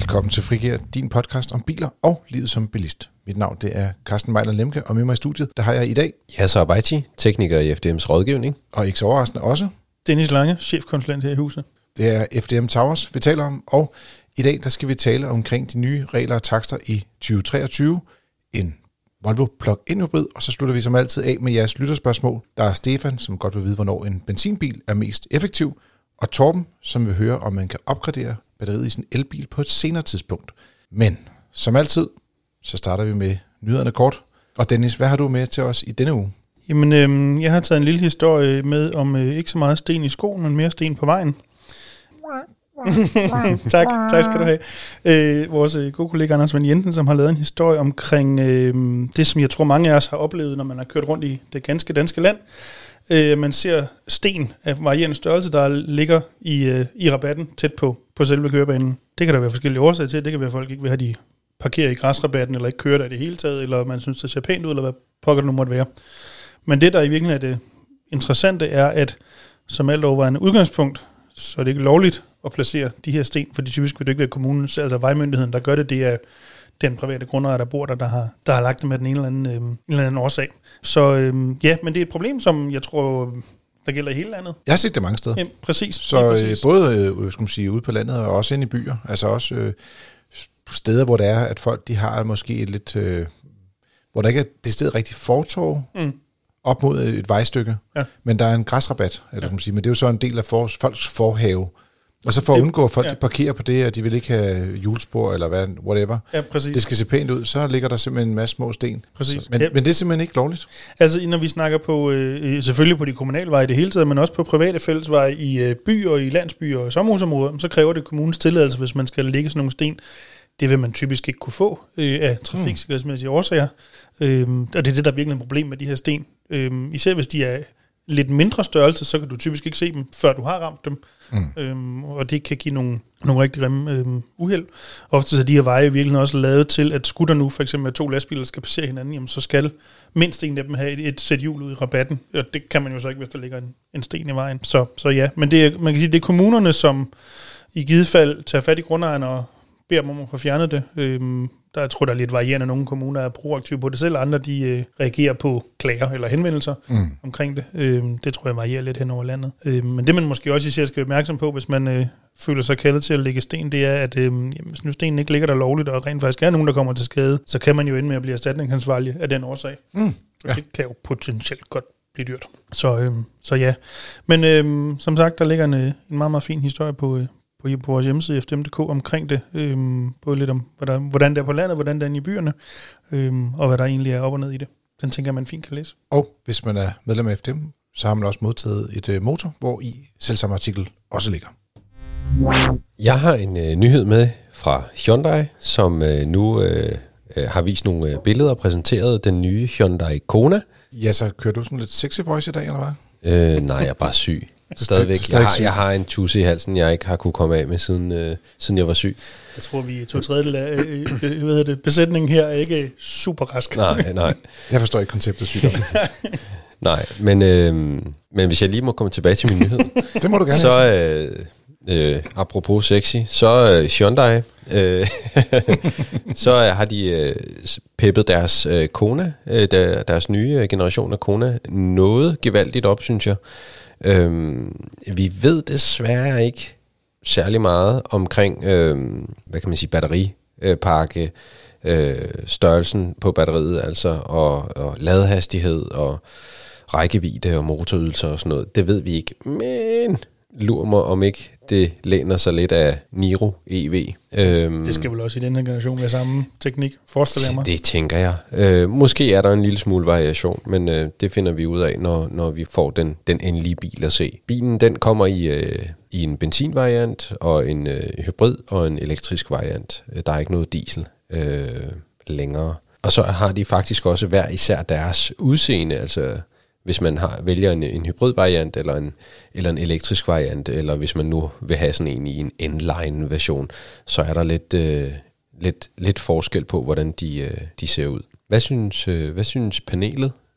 Velkommen til Frigir, din podcast om biler og livet som bilist. Mit navn det er Carsten Mejler Lemke, og med mig i studiet, der har jeg i dag Yasser Abaiti, tekniker i FDM's rådgivning. Og ikke så overraskende også Dennis Lange, chefkonsulent her i huset. Det er FDM Towers, vi taler om, og i dag der skal vi tale omkring de nye regler og takster i 2023. En Volvo plug-in hybrid, og så slutter vi som altid af med jeres lytterspørgsmål. Der er Stefan, som godt vil vide, hvornår en benzinbil er mest effektiv, og Torben, som vil høre, om man kan opgradere batteriet i sin elbil på et senere tidspunkt. Men som altid, så starter vi med nyhederne kort. Og Dennis, hvad har du med til os i denne uge? Jamen, jeg har taget en lille historie med om ikke så meget sten i skoen, men mere sten på vejen. tak skal du have. Vores gode kollega Anders Vend Jensen, som har lavet en historie omkring det, som jeg tror mange af os har oplevet, når man har kørt rundt i det ganske danske land. Man ser sten af varierende størrelse, der ligger i rabatten tæt på selve kørebanen. Det kan der være forskellige årsager til. Det kan være, at folk ikke vil have de parkere i græsrabatten, eller ikke køre der i det hele taget, eller man synes, det ser pænt ud, eller hvad pokker det nu måtte være. Men det, der i virkeligheden er det interessante, er, at som alt overvejende udgangspunkt, så er det ikke lovligt at placere de her sten, for de typisk vil det ikke være kommunen, altså vejmyndigheden, der gør det. Det er den private grundejer, der bor der har lagt det med den ene eller anden årsag. Så ja, men det er et problem, som jeg tror, der gælder i hele landet. Jeg har set det mange steder. Ja, præcis. Så præcis. Både skal man sige, ude på landet og også inde i byer. Altså også steder, hvor det er, at folk de har måske et lidt... hvor der ikke er det sted rigtig fortov op mod et vejstykke. Ja. Men der er en græsrabat, eller skal man sige. Men det er jo så en del af folks forhave. Og så for at undgå, at folk de parkerer på det, og de vil ikke have hjulspor eller whatever. Ja, præcis. Det skal se pænt ud, så ligger der simpelthen en masse små sten. Præcis. Så, men det er simpelthen ikke lovligt. Altså, når vi snakker på, selvfølgelig på de kommunale veje i det hele taget, men også på private fællesveje i byer og i landsbyer og sommerhusområder, så kræver det kommunens tilladelse, hvis man skal lægge sådan nogle sten. Det vil man typisk ikke kunne få af trafiksikkerhedsmæssige årsager. Og det er det, der er virkelig et problem med de her sten. Især hvis de er lidt mindre størrelse, så kan du typisk ikke se dem, før du har ramt dem. Og det kan give nogle rigtig grimme uheld. Ofte er de her veje virkelig også lavet til, at skulle der nu for eksempel 2 lastbiler skal passere hinanden, jamen, så skal mindst en af dem have et sæt hjul ud i rabatten. Og det kan man jo så ikke, hvis der ligger en sten i vejen. Så ja, men man kan sige, det er kommunerne, som i givet fald tager fat i grundejerne og beder dem om at få fjernet det. Der jeg tror der er lidt varierende. Nogle kommuner er proaktive på det selv, andre de reagerer på klager eller henvendelser omkring det. Det tror jeg varierer lidt hen over landet. Men det man måske også især skal være opmærksom på, hvis man føler sig kaldet til at lægge sten, det er, at hvis nu stenen ikke ligger der lovligt, og rent faktisk er nogen, der kommer til skade, så kan man jo ende med at blive erstatningsansvarlig af den årsag. Ja. Det kan jo potentielt godt blive dyrt. Så ja. Men som sagt, der ligger en meget, meget fin historie på vores hjemmeside fdm.dk omkring det, både lidt om, hvordan det er på landet, hvordan det er i byerne, og hvad der egentlig er op og ned i det. Den tænker man fint kan læse. Og hvis man er medlem af FDM, så har man også modtaget et motor, hvor i selvsamme artikel også ligger. Jeg har en nyhed med fra Hyundai, som nu har vist nogle billeder og præsenteret den nye Hyundai Kona. Ja, så kører du sådan lidt sexy voice i dag, eller hvad? Nej, jeg er bare syg. Stadigvæk. Jeg har en tusse i halsen, jeg ikke har kunne komme af med, siden jeg var syg. Jeg tror, vi 2/3 af besætningen her er ikke super rask. Nej. Jeg forstår ikke konceptet sygdom. Nej, men hvis jeg lige må komme tilbage til min nyhed. Det må du gerne. Så apropos sexy, så Hyundai, så har de peppet deres Kona, deres nye generation af Kona, noget gevaldigt op, synes jeg. Vi ved desværre ikke særlig meget omkring, hvad kan man sige, batteripakke, størrelsen på batteriet, altså, og ladehastighed, og rækkevidde, og motorydelser og sådan noget. Det ved vi ikke, men lurer mig om ikke det læner sig lidt af Niro EV. Det skal vel også i den her generation være samme teknik, forestiller jeg mig. Det tænker jeg. Måske er der en lille smule variation, men det finder vi ud af, når vi får den endelige bil at se. Bilen den kommer i en benzinvariant, og en hybrid, og en elektrisk variant. Der er ikke noget diesel længere. Og så har de faktisk også hver især deres udseende, altså hvis man vælger en hybridvariant eller en elektrisk variant, eller hvis man nu vil have sådan en i en N-line-version, så er der lidt forskel på, hvordan de ser ud. Hvad synes panelet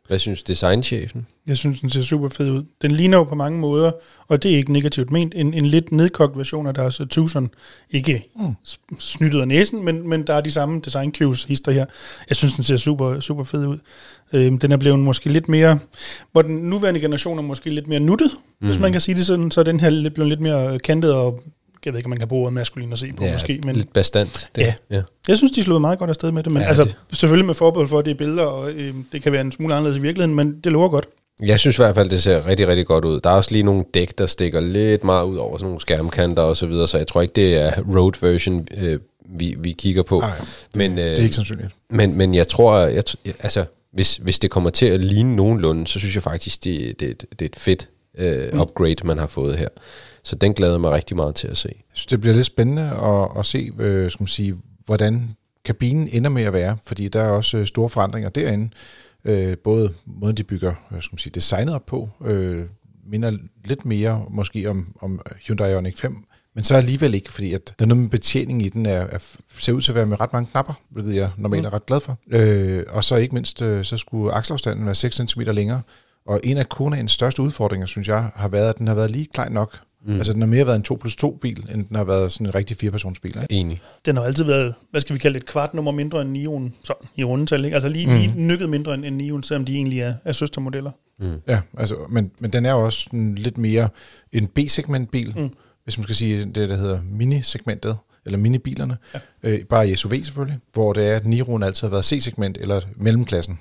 Hvad synes designchefen? Jeg synes, den ser super fed ud. Den ligner jo på mange måder, og det er ikke negativt ment, en lidt nedkogt version af deres Tucson. Ikke snyttet af næsen, men der er de samme design cues hister her. Jeg synes, den ser super, super fed ud. Den er blevet måske lidt mere, hvor den nuværende generation er måske lidt mere nuttet, hvis man kan sige det sådan, så er den her blevet lidt mere kantet og jeg ved ikke, om man kan bruge ordet maskulin at se på, måske. Men lidt bastant. Ja. Jeg synes, de slår meget godt afsted med det, men selvfølgelig med forbehold for, at det er billeder, og det kan være en smule anderledes i virkeligheden, men det lover godt. Jeg synes i hvert fald, det ser rigtig, rigtig godt ud. Der er også lige nogle dæk, der stikker lidt meget ud over sådan nogle skærmkanter og så videre, så jeg tror ikke, det er road version, vi kigger på. Det er ikke sandsynligt. Men jeg tror, altså, hvis det kommer til at ligne nogenlunde, så synes jeg faktisk, det er et fedt upgrade, man har fået her. Så den glæder mig rigtig meget til at se. Jeg synes, det bliver lidt spændende at se, skal man sige, hvordan kabinen ender med at være, fordi der er også store forandringer derinde. Både måden, de bygger skal man sige, designet op på, minder lidt mere måske om Hyundai Ioniq 5, men så alligevel ikke, fordi at der er noget med betjening i den, ser ud til at være med ret mange knapper, hvilket jeg normalt er ret glad for. Og så ikke mindst, så skulle akselafstanden være 6 cm længere, og en af Konaens største udfordringer, synes jeg, har været, at den har været lige klein nok. Altså, den har mere været en 2+2 bil, end den har været sådan en rigtig 4-persons bil. Ikke? Enig. Den har altid været, hvad skal vi kalde et kvart nummer mindre end Nioen, sådan i rundetal, ikke? Altså lige nykket mindre end Nioen, selvom de egentlig er søstermodeller. Ja, altså, men den er jo også lidt mere en B-segment-bil, hvis man skal sige det, der hedder mini-segmentet, eller minibilerne, bare i SUV selvfølgelig, hvor det er, at Niroen altid har været C-segment, eller mellemklassen.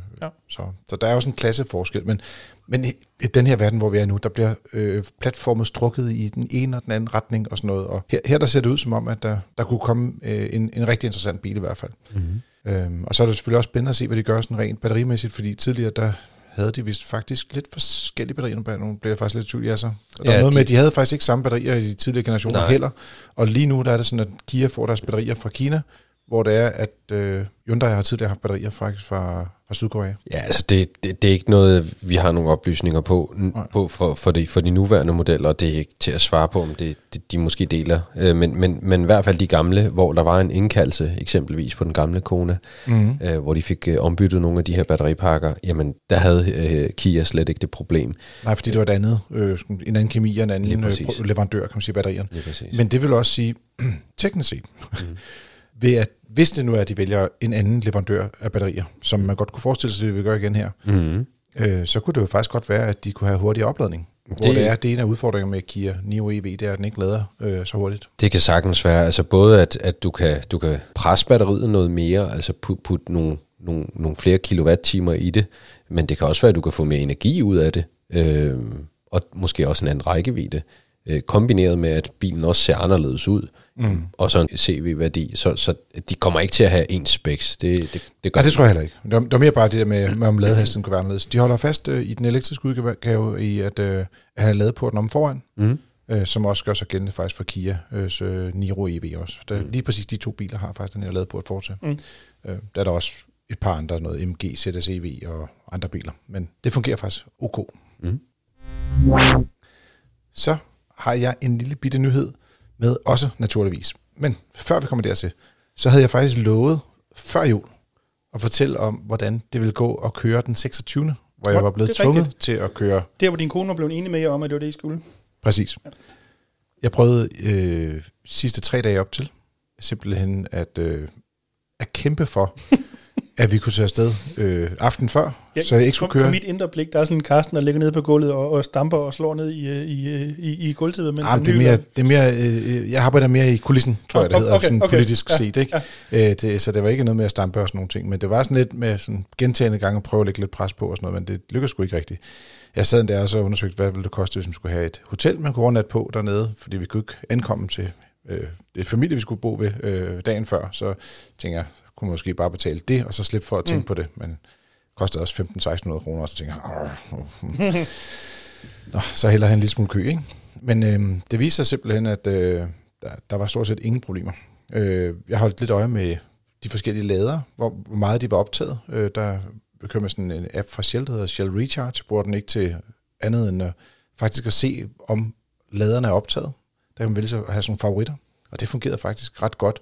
Så der er også en klasseforskel, men i den her verden, hvor vi er nu, der bliver platformet strukket i den ene og den anden retning og sådan noget, og her der ser det ud som om, at der kunne komme en rigtig interessant bil i hvert fald. Og så er det selvfølgelig også spændende at se, hvad de gør sådan rent batterimæssigt, fordi tidligere der havde de vist faktisk lidt forskellige batterier. Nu bliver jeg faktisk lidt i tvivl, ja, så. Der var noget med, at de havde faktisk ikke samme batterier i de tidligere generationer heller. Og lige nu der er det sådan, at Kia får deres batterier fra Kina, hvor det er, at Hyundai har tidligere haft batterier faktisk fra Sydkorea. Ja, altså det er ikke noget, vi har nogle oplysninger på for de nuværende modeller, og det er ikke til at svare på, om de måske deler. Men i hvert fald de gamle, hvor der var en indkaldelse, eksempelvis på den gamle Kona, hvor de fik ombyttet nogle af de her batteripakker, jamen der havde Kia slet ikke det problem. Nej, fordi det var et andet, en anden kemi og en anden leverandør, kan man sige, batterierne. Men det vil også sige, teknisk set, ved at hvis det nu er, at de vælger en anden leverandør af batterier, som man godt kunne forestille sig, at vi vil gøre igen her, så kunne det jo faktisk godt være, at de kunne have hurtigere opladning. Hvor det er en af udfordringerne med Kia Niro EV, det er, at den ikke lader så hurtigt. Det kan sagtens være, altså både at du kan presse batteriet noget mere, altså putte nogle flere kilowatt-timer i det, men det kan også være, at du kan få mere energi ud af det, og måske også en anden rækkevidde, kombineret med, at bilen også ser anderledes ud, og så en CV-værdi, så de kommer ikke til at have ens specs. Det tror jeg heller ikke. Det var mere bare det der med om ladehastigheden kunne være anderledes. De holder fast i den elektriske udgave i at have ladeporten om foran, som også gør sig gældende faktisk for Kia Niro EV også. Lige præcis de to biler har faktisk den her ladeport for sig. Der er der også et par andre, noget MG, ZS EV og andre biler, men det fungerer faktisk ok. Så har jeg en lille bitte nyhed med også naturligvis. Men før vi kommer dertil, så havde jeg faktisk lovet før jul at fortælle om, hvordan det ville gå at køre den 26. Hvor jeg var blevet tvunget til at køre. Der, hvor din kone var blevet enig med jer om, at det var det, I skulle. Præcis. Ja. Jeg prøvede sidste 3 dage op til, simpelthen at kæmpe for, at vi kunne tage afsted aften før, så jeg ikke skulle køre. For mit indre blik, der er sådan en Karsten, der ligger nede på gulvet og stamper og slår ned i gulvtæppet. Det er mere, jeg arbejder mere i kulissen, tror jeg, det hedder, sådan politisk set. Ikke? Ja. Så det var ikke noget med at stampe og sådan nogle ting, men det var sådan lidt med sådan gentagende gange at prøve at lægge lidt pres på og sådan noget, men det lykkedes sgu ikke rigtigt. Jeg sad der og så undersøgte, hvad ville det koste, hvis man skulle have et hotel, man kunne overnatte på dernede, fordi vi kunne ikke ankomme til det familie, vi skulle bo ved dagen før, så tænker jeg, kunne måske bare betale det, og så slippe for at tænke på det, men det kostede også 1.500-1.600 kroner, og så tænker jeg, så hellere have en lille smule kø, ikke? Men det viste sig simpelthen, at der var stort set ingen problemer. Jeg holdt lidt øje med de forskellige lader, hvor meget de var optaget. Der kører med sådan en app fra Shell, der hedder Shell Recharge, bruger den ikke til andet end faktisk at se, om laderne er optaget. Der kan man vælge at have sådan nogle favoritter, og det fungerede faktisk ret godt.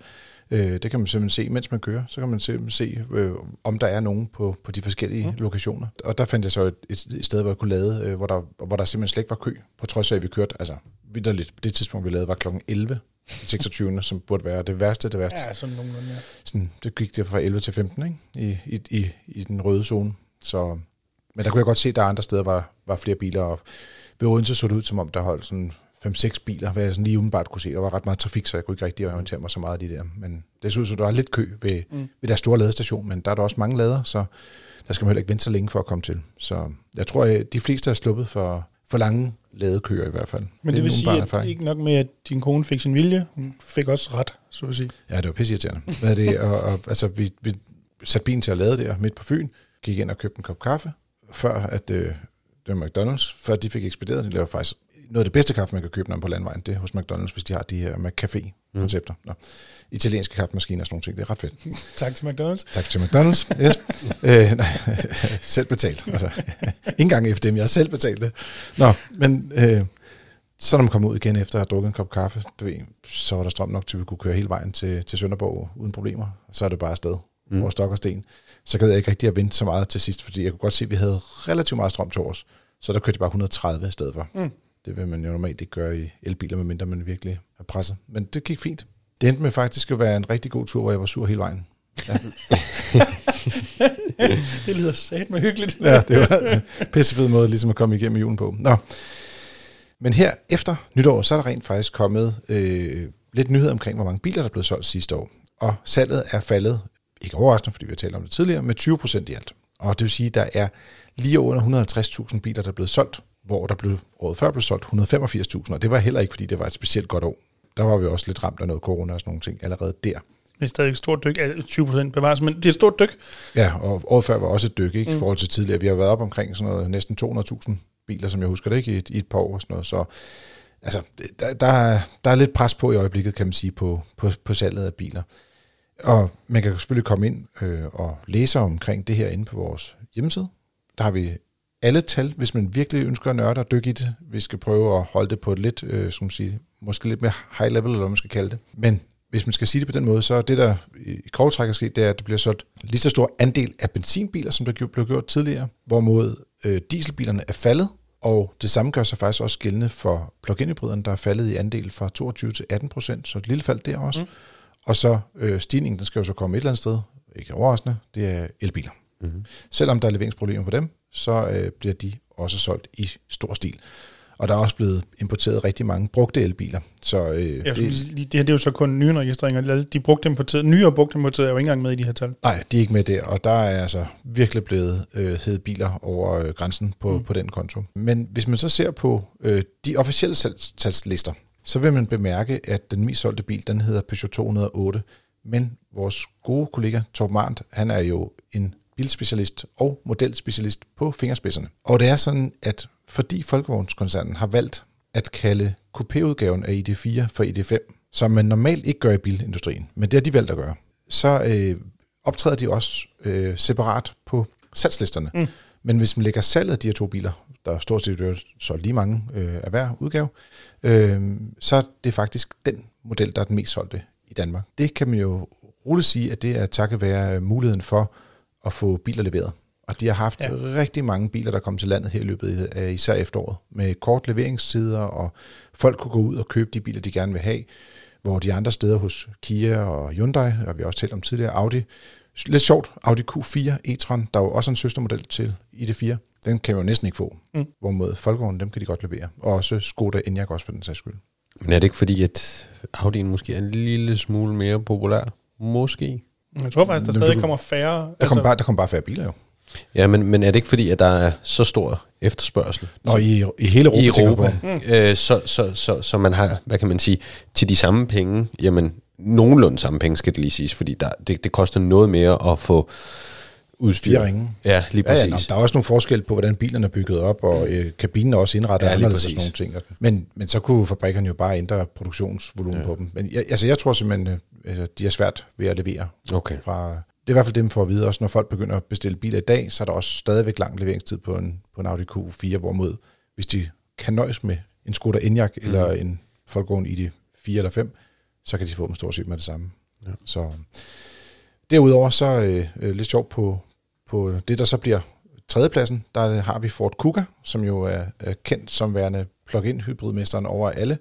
Det kan man simpelthen se, mens man kører. Så kan man simpelthen se, om der er nogen på de forskellige lokationer. Og der fandt jeg så et sted, hvor jeg kunne lade, hvor der simpelthen slet ikke var kø, på trods af, at vi kørte, altså vitterligt, det tidspunkt, vi lavede, var klokken 11. 26. som burde være det værste. Ja, sådan nogenlunde, ja. Sådan, det gik det fra 11 til 15, ikke? I den røde zone. Så, men der kunne jeg godt se, at der andre steder var flere biler, og ved Odense så det ud, som om der holdt sådan 5-6 biler, hvad jeg sådan lige umiddelbart kunne se. Der var ret meget trafik, så jeg kunne ikke rigtig orientere mig så meget af de der. Men det så ud, som der var lidt kø ved deres store ladestation, men der er der også mange lader, så der skal man heller ikke vente så længe for at komme til. Så jeg tror, at de fleste er sluppet for lange ladekøer i hvert fald. Men det vil sige, at ikke nok med, at din kone fik sin vilje, hun fik også ret, så at sige. Ja, det var pisseirriterende. Hvad er det? Og altså, vi satte bilen til at lade der midt på Fyn, gik ind og købte en kop kaffe, før at det var McDonald's, før de fik ekspederet. De laver faktisk noget af det bedste kaffe, man kan købe, når man på landvejen, det er hos McDonald's, hvis de har de her McCafé-koncepter. Italienske kaffemaskiner og sådan nogle ting. Det er ret fedt. Tak til McDonald's. Tak til McDonald's, yes. Selv betalt. Altså, ikke engang efter dem, jeg har selv betalt det. Nå, men så når man kommer ud igen efter at have drukket en kop kaffe, så var der strøm nok til, at vi kunne køre hele vejen til Sønderborg uden problemer. Så er det bare afsted over stok og sten. Så gad jeg ikke rigtig at vente så meget til sidst, fordi jeg kunne godt se, at vi havde relativt meget strøm til os. Så der kørte jeg bare 130 i stedet for. Det vil man jo normalt ikke gøre i elbiler, medmindre man virkelig er presset. Men det gik fint. Det endte med faktisk at være en rigtig god tur, hvor jeg var sur hele vejen. Ja. Det lyder satme hyggeligt. Ja, det var en pissefed måde ligesom at komme igennem julen på. Nå. Men her efter nytår, så er der rent faktisk kommet lidt nyheder omkring, hvor mange biler, der er blevet solgt sidste år. Og salget er faldet, ikke overraskende, fordi vi har talt om det tidligere, med 20% i alt. Og det vil sige, at der er lige under 150.000 biler, der er blevet solgt, hvor der året før blev solgt 185.000, og det var heller ikke, fordi det var et specielt godt år. Der var vi også lidt ramt af noget corona og sådan nogle ting allerede der. Det er stadig et stort dyk, 20% bevares, men det er et stort dyk. Ja, og året før var også et dyk, ikke, i forhold til tidligere. Vi har været op omkring sådan noget, næsten 200.000 biler, som jeg husker det, ikke, i et par år og sådan noget. Så altså, der er lidt pres på i øjeblikket, kan man sige, på salget af biler. Og man kan selvfølgelig komme ind og læse omkring det her inde på vores hjemmeside. Der har vi alle tal, hvis man virkelig ønsker at nørde og dykke i det. Vi skal prøve at holde det på et lidt, som sige, måske lidt mere high level, eller hvad man skal kalde det. Men hvis man skal sige det på den måde, så er det, der i grove træk er sket, det er, at det bliver solgt lige så stor andel af benzinbiler, som der blev gjort tidligere, hvorimod dieselbilerne er faldet, og det samme gør sig faktisk også gældende for plug-in-hybriderne, der er faldet i andel fra 22 til 18%, så et lille fald der også. Og så stigningen, den skal jo så komme et eller andet sted, ikke overraskende, det er elbiler. Selvom der er leveringsproblemer på dem, så bliver de også solgt i stor stil. Og der er også blevet importeret rigtig mange brugte elbiler. Så, det er jo så kun nye registreringer. De brugte importeret, nye og brugte importeret er jo ikke engang med i de her tal. Nej, de er ikke med der, og der er altså virkelig blevet heddet biler over grænsen på den konto. Men hvis man så ser på de officielle salgslister, så vil man bemærke, at den mest solgte bil, den hedder Peugeot 208. Men vores gode kollega Torben Arndt, han er jo en bilspecialist og modelspecialist på fingerspidserne. Og det er sådan, at fordi Folkevognskoncernen har valgt at kalde coupéudgaven af ID4 for ID5, som man normalt ikke gør i bilindustrien, men det har de valgt at gøre, så optræder de også separat på salgslisterne. Men hvis man lægger salget af de her to biler, der er stort set så lige mange af hver udgave, så er det faktisk den model, der er den mest solgte i Danmark. Det kan man jo roligt sige, at det er takket være muligheden for at få biler leveret. Og de har haft rigtig mange biler, der kom til landet her i løbet af især efteråret, med kort leveringstider, og folk kunne gå ud og købe de biler, de gerne vil have, hvor de andre steder hos Kia og Hyundai, og vi har også talt om tidligere, Audi, lidt sjovt, Audi Q4 e-tron, der er jo også en søstermodel til ID4, den kan man jo næsten ikke få, hvorimod Folkevognen, dem kan de godt levere, og også Skoda Enyaq også for den sags skyld. Men er det ikke fordi, at Audi'en måske er en lille smule mere populær? Måske. Jeg tror faktisk, der stadig kommer færre. Der kommer bare færre biler jo. Ja, men er det ikke fordi, at der er så stor efterspørgsel? Nå, i hele Europa. Så man har, hvad kan man sige, til de samme penge, jamen nogenlunde samme penge skal det lige siges, fordi det koster noget mere at få udstyr. 4 ringe. Ja, lige præcis. Ja, der er også nogle forskel på, hvordan bilerne er bygget op, og kabinen er også indrettet anderledes og sådan nogle ting. Men så kunne fabrikkerne jo bare ændre produktionsvolumen på dem. Men jeg tror simpelthen, de er svært ved at levere. Okay. Det er i hvert fald det, man får at vide. Også når folk begynder at bestille biler i dag, så er der også stadigvæk lang leveringstid på en Audi Q4, hvorimod hvis de kan nøjes med en Skoda Enyaq eller en Volkswagen ID4 eller 5, så kan de få dem stort set med det samme. Ja. Så derudover så lidt sjovt på det, der så bliver tredjepladsen, der har vi Ford Kuga, som jo er kendt som værende plug-in hybridmesteren over alle.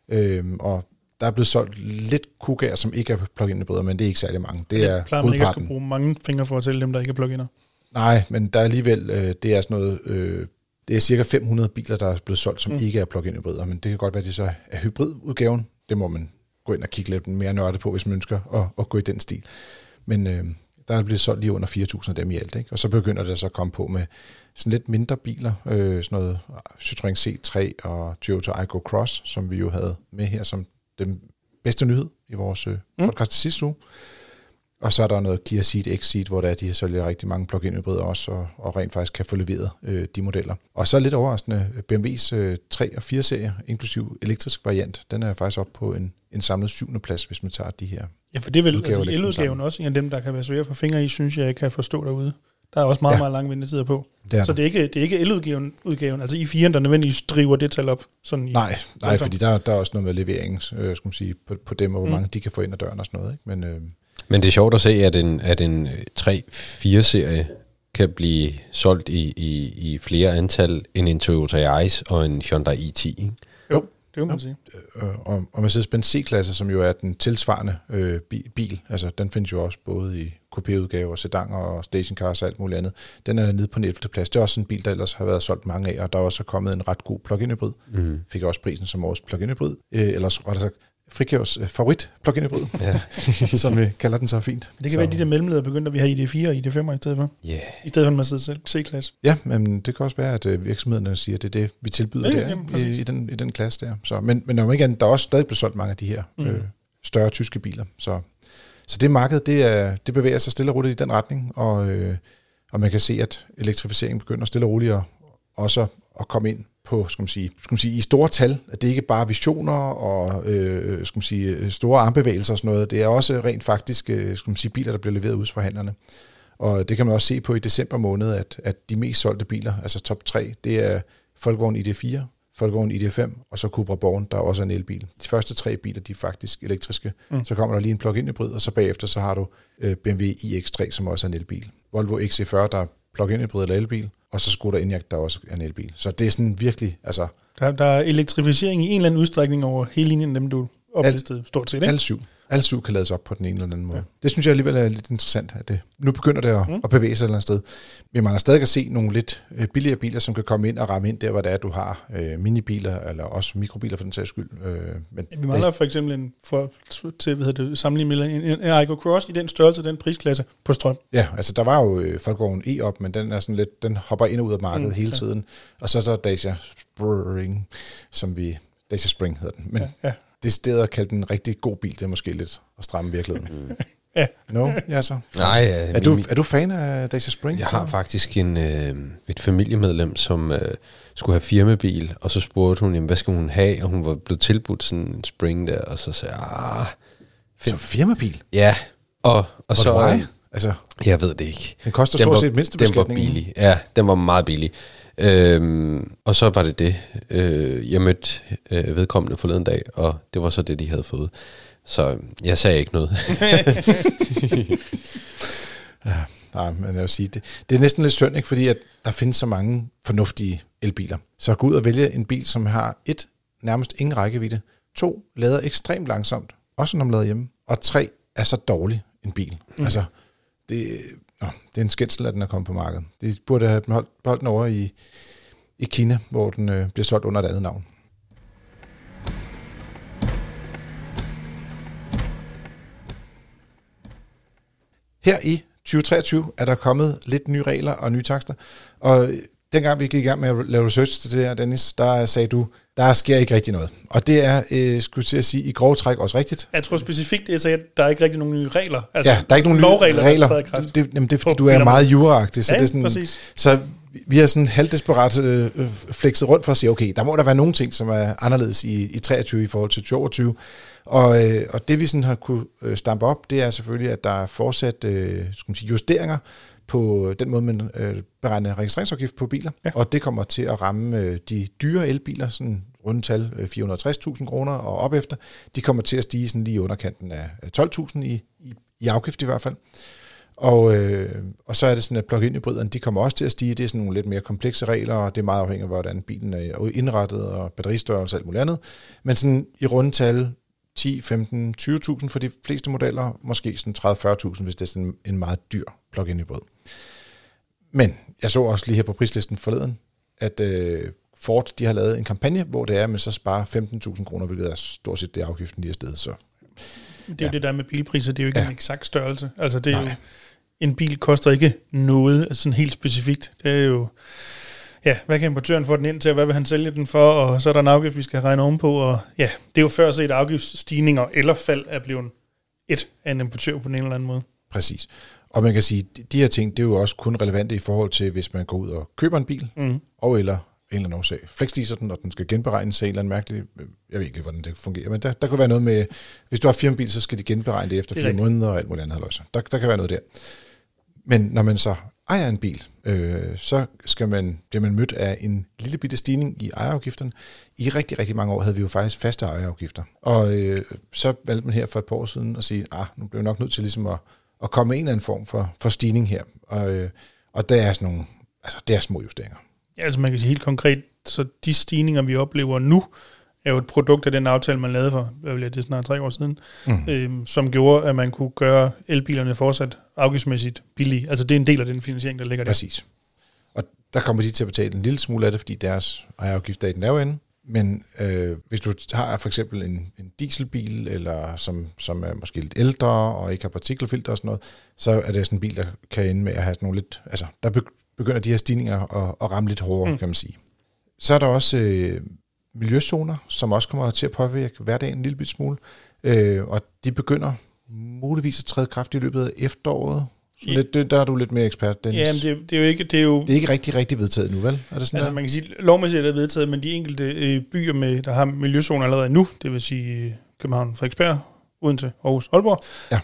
Og der er blevet solgt lidt Kuga'er, som ikke er plug-in hybrider, men det er ikke særlig mange. Det er plejer man ikke at skulle bruge mange fingre for at tælle dem, der ikke er plug-iner. Nej, men der er alligevel, det er sådan noget, det er cirka 500 biler, der er blevet solgt, som ikke er plug-in hybrider, men det kan godt være, at det så er hybridudgaven. Det må man gå ind og kigge lidt mere nørdet på, hvis man ønsker at gå i den stil. Men der er blevet solgt lige under 4.000 af dem i alt, ikke? Og så begynder det så at komme på med sådan lidt mindre biler, sådan noget Citroën C3 og Toyota Aygo Cross, som vi jo havde med her som den bedste nyhed i vores podcast til sidste uge. Og så er der noget Kia Ceed, X-Ceed, hvor der er de sælger rigtig mange plug-in hybrider også, og rent faktisk kan få leveret de modeller. Og så lidt overraskende, BMW's 3 og 4 serie, inklusiv elektrisk variant, den er faktisk op på en samlet 7. plads, hvis man tager de her. Ja, for det er vel eludgaven også en af dem, der kan være svære at få fingre i, synes jeg kan forstå derude. Der er også meget lang ventetider på. Så det er ikke eludgaven, altså i4'eren, der nødvendigvis driver det tal op. Sådan nej, fordi der er også noget med levering, skal man sige, på dem, og hvor mange de kan få ind ad døren og sådan noget. Ikke? Men det er sjovt at se, at en 3-4-serie kan blive solgt i flere antal end en Toyota Yaris og en Hyundai i10. Ikke? Jo, det kan man sige. Og Mercedes-Benz C-klasse, som jo er den tilsvarende bil, altså den findes jo også både i coupé-udgaver, sedaner og stationcars og alt muligt andet. Den er nede på den 11. plads. Det er også en bil, der ellers har været solgt mange af, og der er også kommet en ret god plug-in hybrid. Fik også prisen som årets plug-in hybrid. Ellers var der så Frikævs favorit plug-in hybrid, som vi kalder den så fint. Det kan være, de der mellemledere begyndte, at vi har ID4 og ID5 i stedet for. Yeah. I stedet for en Mercedes C-klasse. Ja, men det kan også være, at virksomhederne siger, at det er det, vi tilbyder i den klasse der. Så, men når ikke andet, der er også stadig blevet solgt mange af de her større tyske biler. Så det marked, det bevæger sig stille og roligt i den retning, og man kan se, at elektrificeringen begynder stille og roligt også at komme ind på, skal man sige, i store tal, at det ikke bare er visioner og store armbevægelser og sådan noget. Det er også rent faktisk biler, der bliver leveret ud fra handlerne. Og det kan man også se på i december måned, at de mest solgte biler, altså top 3, det er Volkswagen ID4, Volkswagen ID5 og så Cupra Born, der også er en elbil. De første 3 biler, de er faktisk elektriske. Så kommer der lige en plug-in hybrid, og så bagefter så har du BMW iX3, som også er en elbil. Volvo XC40, der er plug-in hybrid eller elbil, og så Skoda Enyaq, der også er en elbil. Så det er sådan virkelig, altså... Der er elektrificering i en eller anden udstrækning over hele linjen, dem du oplistede stort set, ikke? Alle 7 kan lades op på den ene eller anden måde. Ja. Det synes jeg alligevel er lidt interessant, at det nu begynder det at bevæge sig et eller andet sted. Vi mangler stadig at se nogle lidt billigere biler, som kan komme ind og ramme ind der, hvor det er, du har minibiler, eller også mikrobiler for den sags skyld. Men vi mangler for eksempel sammenligning med en Aygo Cross i den størrelse, den prisklasse på strøm. Ja, altså der var jo Volkswagen E-op, men den er sådan lidt, den hopper ind og ud af markedet hele tiden. Og så er der Dacia Spring, Dacia Spring hedder den. Men det sted at kalde den en rigtig god bil, det er måske lidt at stramme virkeligheden. Ja. No? Ja, så. Nej, er du fan af Dacia Spring? Jeg har faktisk et familiemedlem, som skulle have firmabil, og så spurgte hun, jamen, hvad skal hun have? Og hun var blevet tilbudt sådan en Spring der, og så sagde jeg, som firmabil? Ja. Og så... Altså, jeg ved det ikke. Den koster stort set mindstebeskatning. Den var billig. Ja, den var meget billig. Og så var det. Jeg mødte vedkommende forleden dag, og det var så det, de havde fået. Så jeg sagde ikke noget. Nej, men jeg vil sige, det er næsten lidt synd, ikke? Fordi at der findes så mange fornuftige elbiler. Så gå ud og vælge en bil, som har 1, nærmest ingen rækkevidde, 2, lader ekstremt langsomt, også når man lader hjemme, og 3, er så dårlig en bil. Altså, det er en skændsel, at den er kommet på markedet. Det burde have holdt den over i Kina, hvor den bliver solgt under et andet navn. Her i 2023 er der kommet lidt nye regler og nye takster, og dengang vi gik i gang med at lave research til det her, Dennis, der sagde du, der sker ikke rigtig noget. Og det er, skulle jeg sige, i grove træk også rigtigt. Jeg tror specifikt, det jeg sagde, at der er ikke rigtig nogen nye regler. Altså, ja, der er ikke nogen nye regler. Det er fordi, du er meget juraagtig. Så, det er sådan, så vi har sådan halvdesperat flekset rundt for at sige, okay, der må der være nogle ting, som er anderledes i 23 i forhold til 22. Og det vi sådan har kunne stampe op, det er selvfølgelig, at der er fortsat justeringer på den måde, man beregner registreringsafgift på biler. Ja. Og det kommer til at ramme de dyre elbiler sådan rundetal 460.000 kroner og op efter, de kommer til at stige sådan lige i underkanten af 12.000 i afgift i hvert fald. Og så er det sådan, at plug-in-hybriderne, de kommer også til at stige. Det er sådan nogle lidt mere komplekse regler, og det er meget afhængigt af, hvordan bilen er indrettet, og batteristørrelse og alt muligt andet. Men sådan i rundetal 10, 15, 20.000 for de fleste modeller, måske sådan 30-40.000, hvis det er sådan en meget dyr plug-in-hybrid. Men jeg så også lige her på prislisten forleden, at Ford, de har lavet en kampagne, hvor det er, at man så sparer 15.000 kroner, hvilket er stort set det afgiften lige er stedet. Så det er jo det der med bilpriser, det er jo ikke en eksakt størrelse. Altså det er jo, en bil koster ikke noget altså sådan helt specifikt. Det er jo, hvad kan importøren få den ind til, og hvad vil han sælge den for, og så er der en afgift, vi skal regne ovenpå, og det er jo før set afgiftsstigninger eller fald er blevet af en importør på en eller anden måde. Præcis. Og man kan sige, de her ting, det er jo også kun relevante i forhold til, hvis man går ud og køber en bil, og eller en eller anden årsag flexleaser den, og den skal genberegnes af en eller anden mærkelig, jeg ved ikke, hvordan det fungerer, men der kunne være noget med, hvis du har firmabil, så skal de genberegne det efter 4 måneder og alt muligt andet. Der kan være noget der. Men når man så ejer en bil, så bliver man mødt af en lille bitte stigning i ejerafgifterne. I rigtig, rigtig mange år havde vi jo faktisk faste ejerafgifter. Og så valgte man her for et par år siden at sige, nu bliver vi nok nødt til ligesom at komme med en eller anden form for stigning her. Og der er sådan nogle, altså det er små justeringer. Ja, altså man kan sige helt konkret, så de stigninger, vi oplever nu, er jo et produkt af den aftale, man lavede for, det er snart 3 år siden, som gjorde, at man kunne gøre elbilerne fortsat afgiftsmæssigt billige. Altså det er en del af den finansiering, der ligger der. Præcis. Og der kommer de til at betale en lille smule af det, fordi deres ejerafgift er i den lave ende. Men hvis du har for eksempel en dieselbil, eller som er måske lidt ældre, og ikke har partikelfilter og sådan noget, så er det sådan en bil, der kan ende med at have sådan nogle lidt, altså der begynder de her stigninger at ramme lidt hårdere, kan man sige. Så er der også miljøzoner, som også kommer til at påvirke hverdagen en lille bit smule, og de begynder muligvis at træde kraft i løbet af efteråret. Der er du lidt mere ekspert, Dennis. Ja, men det er jo ikke... Det er ikke rigtig vedtaget nu, vel? Er det sådan altså man kan sige, lovmæssigt er det vedtaget, men de enkelte byer, der har miljøzoner allerede nu, det vil sige København, Frederiksberg, Odense, Aarhus, Aalborg,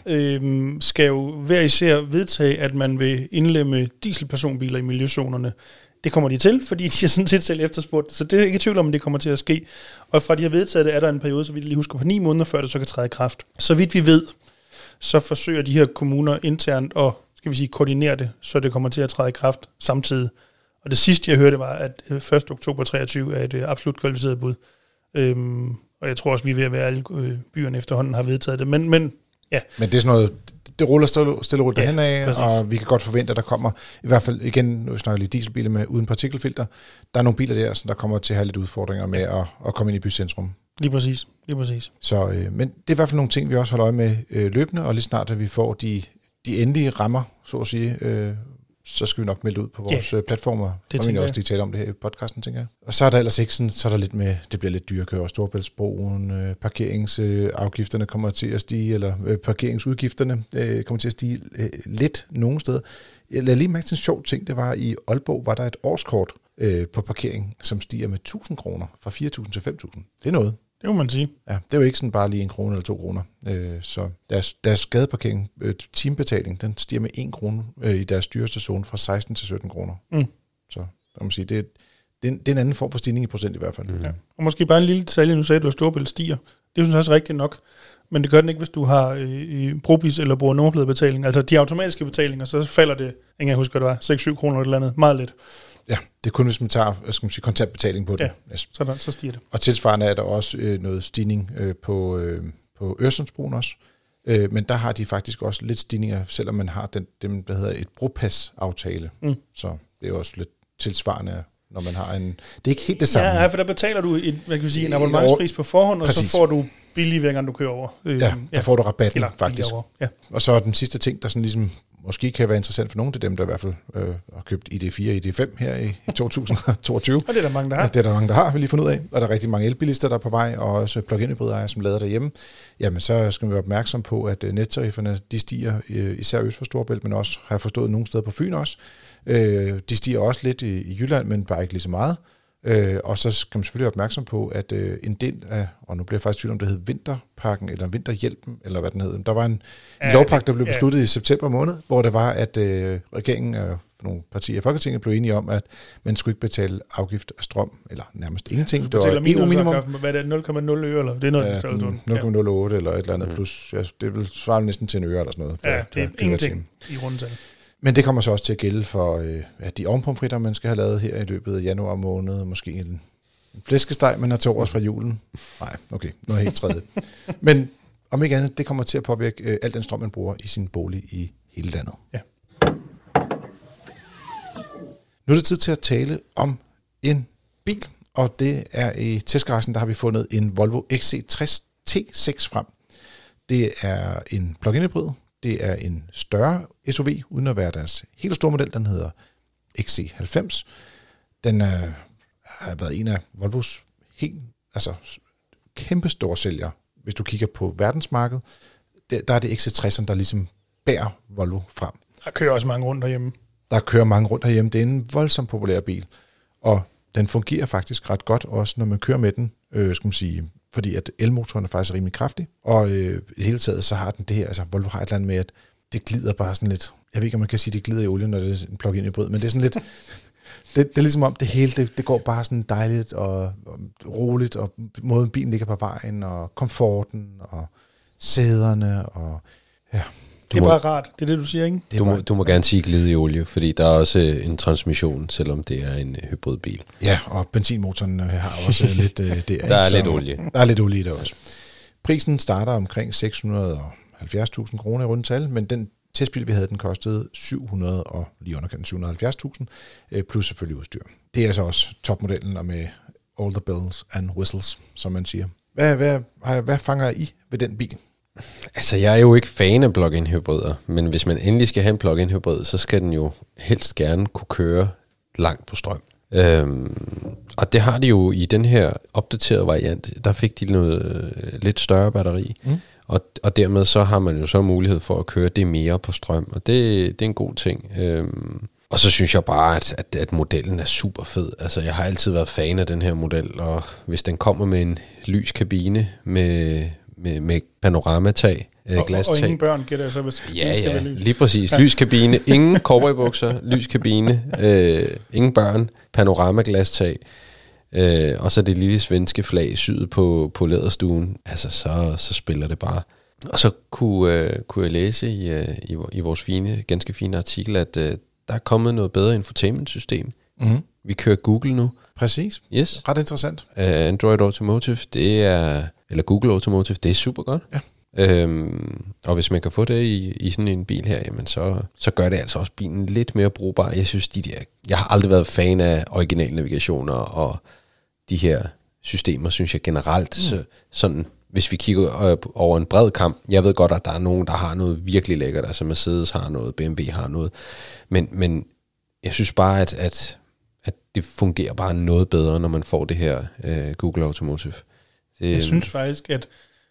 skal jo hver især vedtage, at man vil indlemme dieselpersonbiler i miljøzonerne. Det kommer de til, fordi de er sådan set selv efterspurgt, så det er ikke i tvivl om, at det kommer til at ske. Og fra de har vedtaget det, er der en periode, så vidt jeg lige husker, på 9 måneder, før det så kan træde i kraft. Så vidt vi ved, så forsøger de her kommuner internt at, koordinere det, så det kommer til at træde i kraft samtidig. Og det sidste, jeg hørte, var, at 1. oktober 2023 er et absolut kvalificeret bud. Og jeg tror også, vi er ved at være alle byerne efterhånden har vedtaget det. Men ja. Men det er sådan noget, det ruller stille og derhen af, præcis. Og vi kan godt forvente, at der kommer, i hvert fald igen, nu snakker lige dieselbiler med uden partikelfilter, der er nogle biler der, som der kommer til at have lidt udfordringer med at komme ind i bycentrum. Lige præcis. Så, men det er i hvert fald nogle ting, vi også holder øje med løbende, og lige snart, at vi får de endelige rammer, så at sige, så skal vi nok melde ud på vores platformer. Det tænker jeg også lige tale om det her i podcasten, tænker jeg. Og så er der ellers ikke sådan, så er der lidt med, det bliver lidt dyrere at køre over Storebæltsbroen, parkeringsafgifterne kommer til at stige, eller parkeringsudgifterne kommer til at stige lidt nogle steder. Jeg lader lige mærke til en sjov ting, det var i Aalborg, var der et årskort på parkering, som stiger med 1.000 kroner, fra 4.000 til 5.000. Det er noget. Det må man sige. Ja, det er jo ikke sådan bare lige 1 krone eller 2 kroner. Så deres skadeparkering, timebetaling, den stiger med 1 krone i deres dyreste zone fra 16 til 17 kroner. Så kan man sige, det er en anden form for stigning i procent i hvert fald. Ja. Og måske bare en lille detalje, nu sagde du, at Storebælt stiger. Det synes jeg også rigtigt nok. Men det gør den ikke, hvis du har brobis eller bruger nummerpladebetaling. Altså de automatiske betalinger, så falder det, jeg husker, det var 6-7 kroner eller andet, meget lidt. Ja, det er kun, hvis man tager kontantbetaling på det. Ja, så stiger det. Og tilsvarende er der også noget stigning på Øresundsbroen også. Men der har de faktisk også lidt stigninger, selvom man har dem, der hedder et bropas-aftale. Så det er jo også lidt tilsvarende, når man har en... Det er ikke helt det samme. Ja, for der betaler du en abonnementspris på forhånd, præcis. Og så får du billig hver gang du kører over. Der får du rabatten, faktisk. Ja. Og så den sidste ting, der sådan ligesom måske kan være interessant for nogle af dem, der i hvert fald har købt ID4 og ID5 her i 2022. Og det er der mange, der har. Det er der mange, der har, vil lige finde ud af. Og der er rigtig mange elbilister, der er på vej, og også plug-in-hybridejere, som lader derhjemme. Jamen, så skal vi være opmærksom på, at nettarifferne, de stiger især øst for Storebælt, men også, har jeg forstået, nogle steder på Fyn også. De stiger også lidt i Jylland, men bare ikke lige så meget. Og så skal man selvfølgelig være opmærksom på, at en del af, og nu bliver jeg faktisk tvivl om, det hed Vinterpakken, eller Vinterhjælpen, eller hvad den hed. Der var en lovpakke, der blev besluttet i september måned, hvor det var, at regeringen nogle partier i Folketinget blev enige om, at man skulle ikke betale afgift af strøm, eller nærmest ingenting. Du betaler EU-minimum. Hvad er det, 0,0 øre, eller det er noget, ja, 0,08 eller et eller andet, plus det vil svare næsten til en øre eller sådan noget. Ja, det er ingenting i rundtal. Men det kommer så også til at gælde for de ovenpomfritter, man skal have lavet her i løbet af januar måned, måske en flæskesteg, man har til overs fra julen. Nej, okay, noget helt tredje. Men om ikke andet, det kommer til at påvirke al den strøm, man bruger i sin bolig i hele landet. Ja. Nu er det tid til at tale om en bil, og det er i testgaragen, der har vi fundet en Volvo XC60 T6 frem. Det er en plug-in hybrid. Det er en større SUV, uden at være deres helt store model. Den hedder XC90. Den har været en af Volvos kæmpe store sælgere. Hvis du kigger på verdensmarkedet, der er det XC60'eren, der ligesom bærer Volvo frem. Der kører også mange rundt herhjemme. Der kører mange rundt herhjemme. Det er en voldsomt populær bil, og den fungerer faktisk ret godt, også når man kører med den, skal man sige, fordi at elmotoren er faktisk rimelig kraftig, og i hele taget så har den det her, altså Volvo har et eller andet med, at det glider bare sådan lidt, jeg ved ikke, om man kan sige, at det glider i olien, når det er en plug-in hybrid, men det er sådan lidt, det er ligesom om det hele, det går bare sådan dejligt og roligt, og måden bilen ligger på vejen, og komforten, og sæderne, og ja. Det er bare rart, det er det, du siger, ikke? Du må gerne sige glide i olie, fordi der er også en transmission, selvom det er en hybridbil. Ja, og benzinmotoren har også lidt der er lidt olie. Der er lidt olie i det også. Prisen starter omkring 670.000 kroner i rundt tal, men den testbil, vi havde, den kostede 700 og lige underkanten 770.000, plus selvfølgelig udstyr. Det er altså også topmodellen, og med all the bells and whistles, som man siger. Hvad fanger I ved den bil? Altså, jeg er jo ikke fan af plug-in hybrider, men hvis man endelig skal have en plug-in hybrid, så skal den jo helst gerne kunne køre langt på strøm. Og det har de jo i den her opdaterede variant. Der fik de noget lidt større batteri, og dermed så har man jo så mulighed for at køre det mere på strøm, og det er en god ting. Og så synes jeg bare, at modellen er super fed. Altså, jeg har altid været fan af den her model, og hvis den kommer med en lys kabine med panoramatag, glastag. Og ingen børn gætter så, hvis skal være lys. Lige præcis. Lys kabine, ingen cowboybukser, lys kabine, ingen børn, panoramaglasstag, og så det lille svenske flag syet på læderstuen. Altså, så spiller det bare. Og så kunne jeg læse i vores ganske fine artikel, at der er kommet noget bedre infotainment-system. Mm-hmm. Vi kører Google nu. Præcis. Yes. Ret interessant. Android Automotive, eller Google Automotive, det er super godt. Ja. Og hvis man kan få det i sådan en bil her, jamen så gør det altså også bilen lidt mere brugbar. Jeg synes, jeg har aldrig været fan af original navigationer, og de her systemer, synes jeg generelt, sådan, hvis vi kigger over en bred kamp, jeg ved godt, at der er nogen, der har noget virkelig lækkert, altså Mercedes har noget, BMW har noget, men jeg synes bare, at det fungerer bare noget bedre, når man får det her Google Automotive. Jeg synes faktisk, at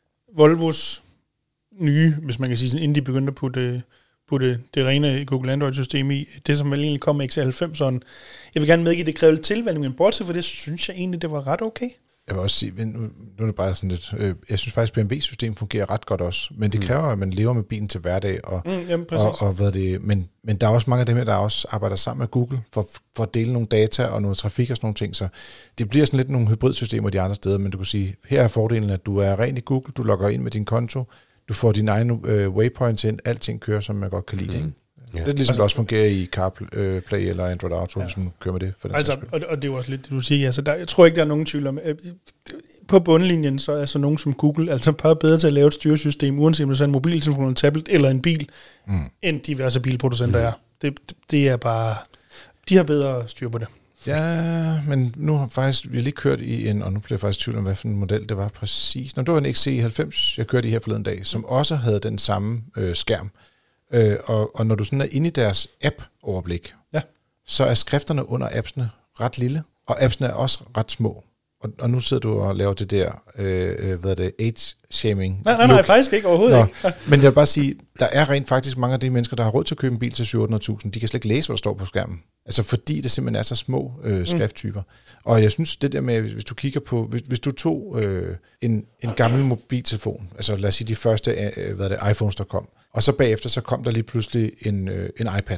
Volvos nye, hvis man kan sige, inden de begyndte at putte det rene Google Android-system i, det som vel egentlig kom med XC90'eren, jeg vil gerne medgive, det krævede lidt tilvænning, men bortset for det, synes jeg egentlig, det var ret okay. Jeg vil også sige, nu er det bare sådan lidt, jeg synes faktisk, at BMW-systemet fungerer ret godt også, men det kræver, at man lever med bilen til hverdag, og hvad det, men der er også mange af dem her, der også arbejder sammen med Google, for at dele nogle data og noget trafik og sådan nogle ting, så det bliver sådan lidt nogle hybridsystemer de andre steder, men du kan sige, her er fordelen, at du er ren i Google, du logger ind med din konto, du får din egen waypoints ind, alting kører, som man godt kan lide, ikke? Ja. Det er ligesom det også fungerer i CarPlay eller Android Auto, hvis man kører med det. For den altså, og det er jo også lidt det, du siger. Altså, jeg tror ikke, der er nogen tvivl om. På bundlinjen, så er så nogen som Google altså bare bedre til at lave et styresystem, uanset om det er en mobiltelefon, en tablet eller en bil, end diverse bilproducenter er. Det er bare... De har bedre styr på det. Ja, men nu har vi lige kørt i og nu bliver jeg faktisk i tvivl om, hvad for en model det var præcis. Det var en XC90, jeg kørte i her forleden dag, som også havde den samme skærm. Og når du sådan er inde i deres app-overblik, så er skrifterne under appsene ret lille, og appsene er også ret små. Og nu sidder du og laver det der, age-shaming. Nej, faktisk ikke, overhovedet ikke. Men jeg vil bare sige, der er rent faktisk mange af de mennesker, der har råd til at købe en bil til 700.000, de kan slet ikke læse, hvad der står på skærmen. Altså fordi det simpelthen er så små skrifttyper. Og jeg synes, det der med, hvis du kigger på, hvis du tog en gammel mobiltelefon, altså lad os sige de første iPhones, der kom, og så bagefter, så kom der lige pludselig en iPad.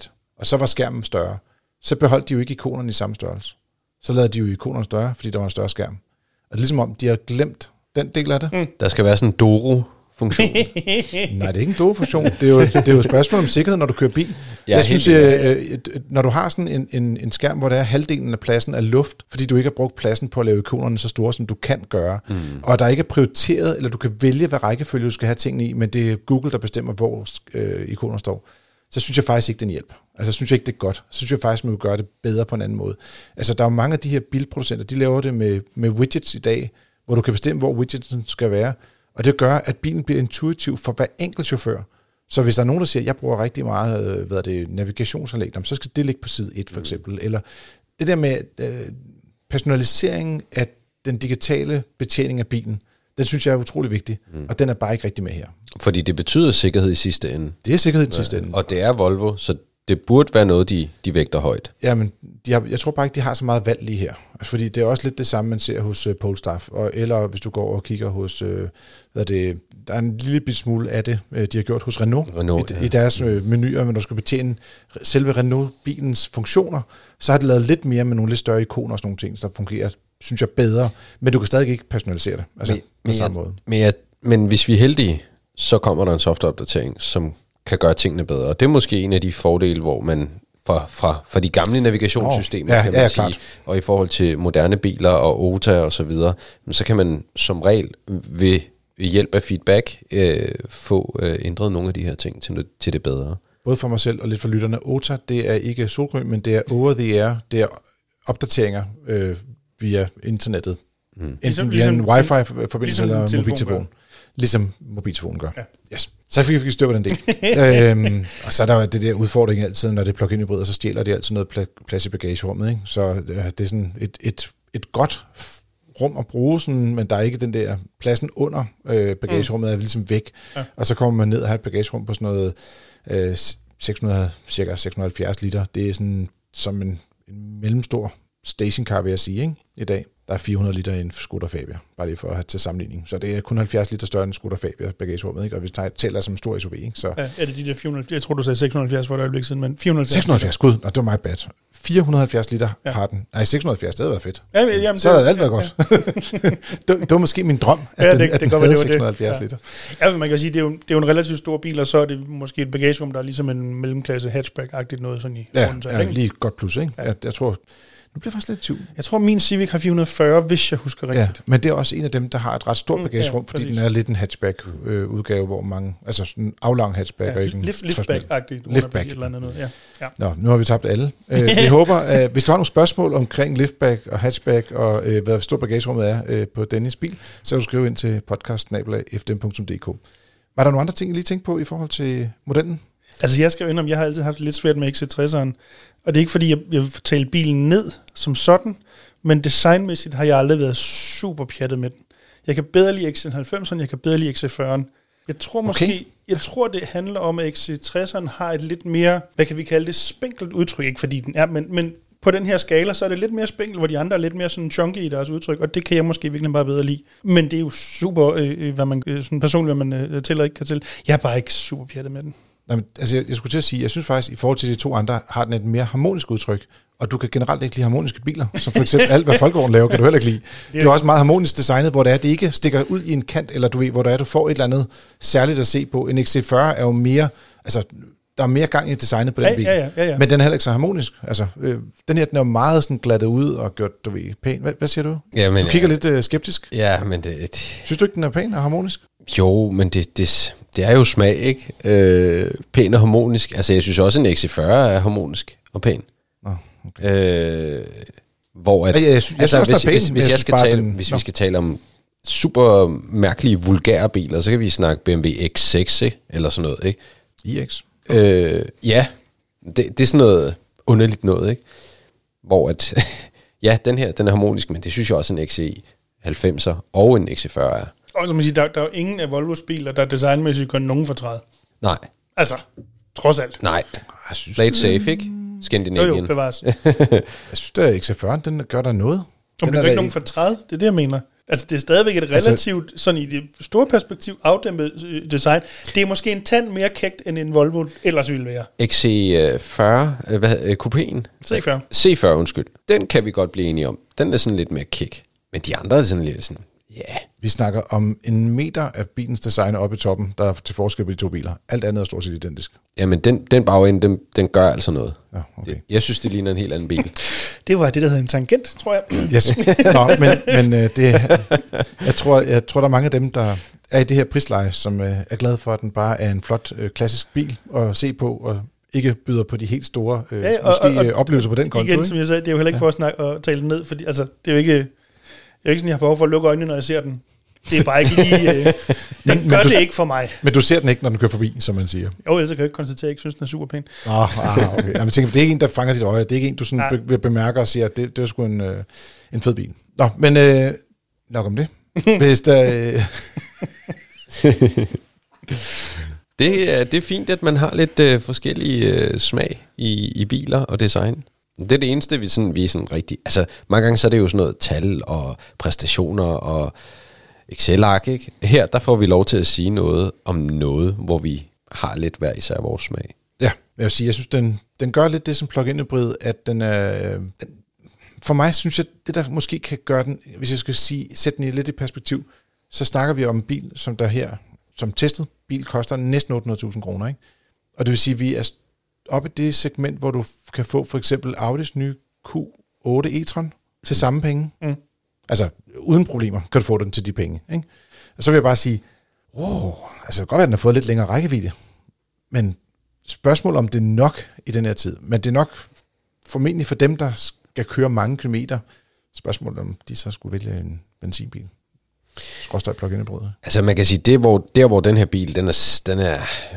og så var skærmen større, så beholdt de jo ikke ikonerne i samme størrelse. Så lavede de jo ikonerne større, fordi der var en større skærm. Og det er ligesom om, de har glemt den del af det. Der skal være sådan en Doro-funktion. Nej, det er ikke en Doro-funktion. Det er jo et spørgsmål om sikkerhed, når du kører bil. Ja, jeg synes, når du har sådan en skærm, hvor der er halvdelen af pladsen af luft, fordi du ikke har brugt pladsen på at lave ikonerne så store, som du kan gøre, og der ikke er prioriteret, eller du kan vælge, hvad rækkefølge du skal have tingene i, men det er Google, der bestemmer, hvor ikoner står, så synes jeg faktisk ikke, den hjælp. Altså, jeg synes ikke, det er godt. Så synes jeg faktisk, man vil gøre det bedre på en anden måde. Altså, der er jo mange af de her bilproducenter, de laver det med widgets i dag, hvor du kan bestemme, hvor widgeten skal være, og det gør, at bilen bliver intuitiv for hver enkelt chauffør. Så hvis der er nogen, der siger, at jeg bruger rigtig meget navigationsanlæg, så skal det ligge på side 1 for eksempel. Eller det der med personaliseringen af den digitale betjening af bilen, den synes jeg er utrolig vigtig, og den er bare ikke rigtig med her. Fordi det betyder sikkerhed i sidste ende. Det er sikkerhed i sidste ende. Og det er Volvo, så det burde være noget, de vægter højt. Ja, men jeg tror bare ikke, de har så meget valg lige her. Altså, fordi det er også lidt det samme, man ser hos Polestar. Eller hvis du går og kigger hos, der er en lille smule af det, de har gjort hos Renault i deres menuer, men du skal betjene selve Renault-bilens funktioner, så har de lavet lidt mere med nogle lidt større ikoner og sådan nogle ting, der fungerer, synes jeg, bedre. Men du kan stadig ikke personalisere det, altså på samme måde. Men hvis vi er heldige, så kommer der en softwareopdatering, som kan gøre tingene bedre. Og det er måske en af de fordele, hvor man fra de gamle navigationssystemer, kan man sige, klart. Og i forhold til moderne biler og OTA og så videre, så kan man som regel ved hjælp af feedback få ændret nogle af de her ting til det bedre. Både for mig selv og lidt for lytterne. OTA, det er ikke solgrøn, men det er over the air, det er opdateringer via internettet. Enten via en wifi-forbindelse eller mobiltelefon. Ligesom mobiltelefonen gør. Ja. Yes. Så fik vi styr på den del. Og så er der det der udfordring altid, når det er plug-in hybrid, så stjæler de altid noget plads i bagagerummet. Ikke? Så det er sådan et godt rum at bruge, sådan, men der er ikke den der pladsen under bagagerummet, er ligesom væk. Ja. Og så kommer man ned og har et bagagerum på sådan noget cirka 670 liter. Det er sådan som en mellemstor stationcar, vil jeg sige, ikke? I dag. Der er 400 liter i en Skoda Fabia, bare lige for at have til sammenligning. Så det er kun 70 liter større end en Skoda Fabia bagagerummet, ikke? Og vi taler som en stor SUV, ikke? Så ja, er det de der 470? Jeg tror, du sagde 670 for et øjeblik siden, men 470. 670, gud, det var meget bad. 470 liter har den. Nej, 670, det havde været fedt. Jamen, så havde alt været godt. Det var måske min drøm, at den havde 670 liter. Ja, man kan sige, det er jo en relativt stor bil, og så er det måske et bagagerum, der er ligesom en mellemklasse hatchback-agtigt noget sådan i rundt. Ja, lige et godt plus, ikke? Ja. Jeg tror... Nu bliver jeg faktisk lidt tvivl. Jeg tror, min Civic har 440, hvis jeg husker rigtigt. Ja, men det er også en af dem, der har et ret stort bagagerum, fordi den er lidt en hatchback-udgave, hvor mange... Altså sådan en aflang hatchback. Ja, liftback-agtigt. Liftback. Eller andet noget. Ja. Nå, nu har vi tabt alle. Vi håber, hvis du har nogle spørgsmål omkring liftback og hatchback, og hvad stort bagagerummet er på Dennis bil, så kan du skrive ind til podcast@fdm.dk. Var der nogle andre ting, I lige tænkte på i forhold til modellen? Altså, jeg skal jo indrømme, jeg har altid haft lidt svært med XC60'eren. Og det er ikke, fordi jeg vil tale bilen ned som sådan, men designmæssigt har jeg aldrig været super pjattet med den. Jeg kan bedre lide XC90'eren, jeg kan bedre lide XC40'eren. Jeg tror, det handler om, at XC60'eren har et lidt mere, hvad kan vi kalde det, spinkelt udtryk. Ikke fordi den er, men på den her skala, så er det lidt mere spinkelt, hvor de andre er lidt mere sådan chunky i deres udtryk, og det kan jeg måske virkelig bare bedre lide. Men det er jo super, hvad man sådan personligt, hvad man til eller ikke kan til. Jeg er bare ikke super pjattet med den. Nej, men, altså jeg skulle til at sige, jeg synes faktisk, i forhold til de to andre, har den et mere harmonisk udtryk, og du kan generelt ikke lide harmoniske biler, som for eksempel alt, hvad Folkevogn laver, kan du heller ikke lide. Det er også meget harmonisk designet, hvor det ikke stikker ud i en kant, eller du ved, hvor du får et eller andet særligt at se på. En XC40 er jo mere, altså der er mere gang i designet på den bil, ja. Men den er heller ikke så harmonisk. Altså, den her, den er jo meget sådan glattet ud og gjort, du ved, pæn. Hvad siger du? Ja, men, du kigger lidt skeptisk. Ja, men synes du ikke, den er pæn og harmonisk? Jo, men det er jo smag, ikke? Pæn og harmonisk. Altså, jeg synes også, en XC40 er harmonisk og pæn. Okay. Hvor at, hvis vi skal tale om super mærkelige, vulgære biler, så kan vi snakke BMW X6, eller sådan noget, ikke? iX? Ja, det er sådan noget underligt noget, ikke? Hvor at, ja, den her, den er harmonisk, men det synes jeg også en XC90'er og en XC40 er. Og som man siger, der er jo ingen af Volvos biler, der designmæssigt gør nogen fortræd. Nej. Altså, trods alt. Nej. Play it safe, ikke? Scandinavian. Jo, bevares. Jeg synes, at XC40, den gør der noget. Om det er ikke nogen fortræd, det er det, jeg mener. Altså, det er stadigvæk et relativt, sådan i det store perspektiv, afdæmpet design. Det er måske en tand mere kægt, end en Volvo ellers ville være. XC40, kupéen? C40. C40, undskyld. Den kan vi godt blive enige om. Den er sådan lidt mere kæk. Men de andre er sådan lidt sådan, yeah. Vi snakker om 1 meter af bilens design oppe i toppen, der er til forskel på de 2 biler. Alt andet er stort set identisk. Jamen, den bagende, den gør altså noget. Ja, okay. Jeg synes, det ligner en helt anden bil. Det var det, der hedder en tangent, tror jeg. Yes. Nå, men jeg tror, der er mange af dem, der er i det her prisleje, som er glade for, at den bare er en flot klassisk bil at se på, og ikke byder på de helt store oplevelser på den konto. Igen, som jeg sagde, det er jo heller ikke for at snakke og tale den ned, fordi altså, det er jo ikke sådan, jeg har behov for at lukke øjnene, når jeg ser den. Det er bare ikke lige... den gør det ikke for mig. Men du ser den ikke, når den kører forbi, som man siger? Jo, ellers kan jeg ikke konstatere, at jeg ikke synes, den er super pæn. Okay. Jamen, tænker, det er ikke en, der fanger dit øje. Det er ikke en, du sådan bemærker og siger, at det er sgu en fed bil. Nå, men nok om det. Hvis der... Det er fint, at man har lidt forskellige smag i biler og design. Det er det eneste, vi er sådan rigtig... Altså, mange gange så er det jo sådan noget tal og præstationer og Excel-ark, ikke? Her, der får vi lov til at sige noget om noget, hvor vi har lidt hver især vores smag. Ja, jeg vil sige, jeg synes, den gør lidt det som plug-in hybrid, at den er... For mig synes jeg, det der måske kan gøre den, hvis jeg skal sætte den lidt i perspektiv, så snakker vi om en bil, som der her, som testet bil, koster næsten 800.000 kroner, ikke? Og det vil sige, at vi er oppe i det segment, hvor du kan få for eksempel Audis nye Q8 e-tron til samme penge. Mm. Altså, uden problemer kan du få den til de penge, ikke? Og så vil jeg bare sige, altså det kan godt være, at den har fået lidt længere rækkevidde, men spørgsmål om det er nok i den her tid, men det er nok formentlig for dem, der skal køre mange kilometer, spørgsmål om de så skulle vælge en benzinbil. Skråstrej plug-in hybrid. Altså man kan sige, hvor den her bil, den er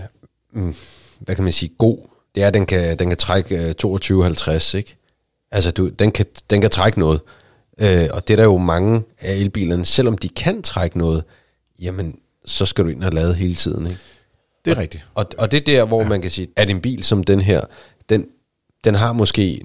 hvad kan man sige, god, det er, at den kan trække 22,50, ikke? Altså den kan trække noget. Og det er der jo mange af elbilerne, selvom de kan trække noget, jamen, så skal du ind og lade hele tiden, ikke? Det er rigtigt. Og det er der, hvor man kan sige, at en bil som den her, den har måske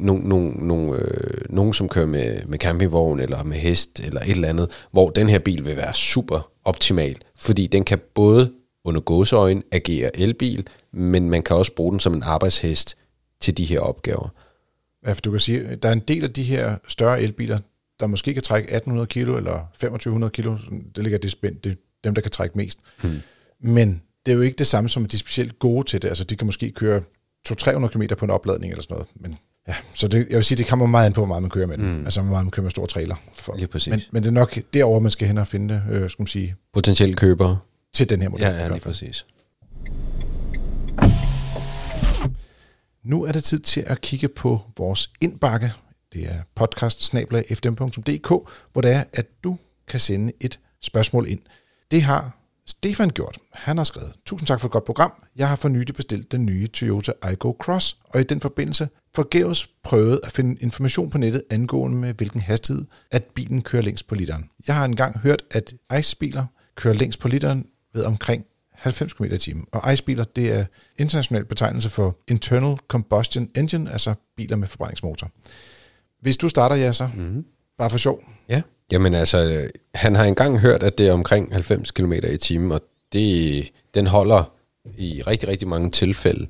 nogen, som kører med campingvogn, eller med hest, eller et eller andet, hvor den her bil vil være super optimal, fordi den kan både under gåseøjne agere elbil, men man kan også bruge den som en arbejdshest til de her opgaver. Ja, for du kan sige, at der er en del af de her større elbiler, der måske kan trække 1800 kilo eller 2500 kilo, det ligger det spændt, det er dem, der kan trække mest. Men det er jo ikke det samme som, at de er specielt gode til det. Altså, de kan måske køre 200-300 km på en opladning eller sådan noget. Men ja, så det, jeg vil sige, det kommer meget an på, hvor meget man kører med den. Altså, hvor meget man kører med store trailer. Lige præcis. Men det er nok derover man skal hen og finde, skal man sige... potentielle købere. Til den her model. Ja, lige præcis. Nu er det tid til at kigge på vores indbakke. Det er podcast@fdm.dk, hvor det er, at du kan sende et spørgsmål ind. Det har Stefan gjort. Han har skrevet: tusind tak for et godt program. Jeg har for nylig bestilt den nye Toyota Aygo Cross, og i den forbindelse forgæves prøvet at finde information på nettet angående med hvilken hastighed, at bilen kører længst på literen. Jeg har engang hørt, at ICE-biler kører længst på literen ved omkring 90 km i timen. Og ICE-biler, det er international betegnelse for Internal Combustion Engine, altså biler med forbrændingsmotor. Hvis du starter, Yasser, bare for sjov. Ja, jamen altså, han har engang hørt, at det er omkring 90 km i timen, og den holder i rigtig, rigtig mange tilfælde.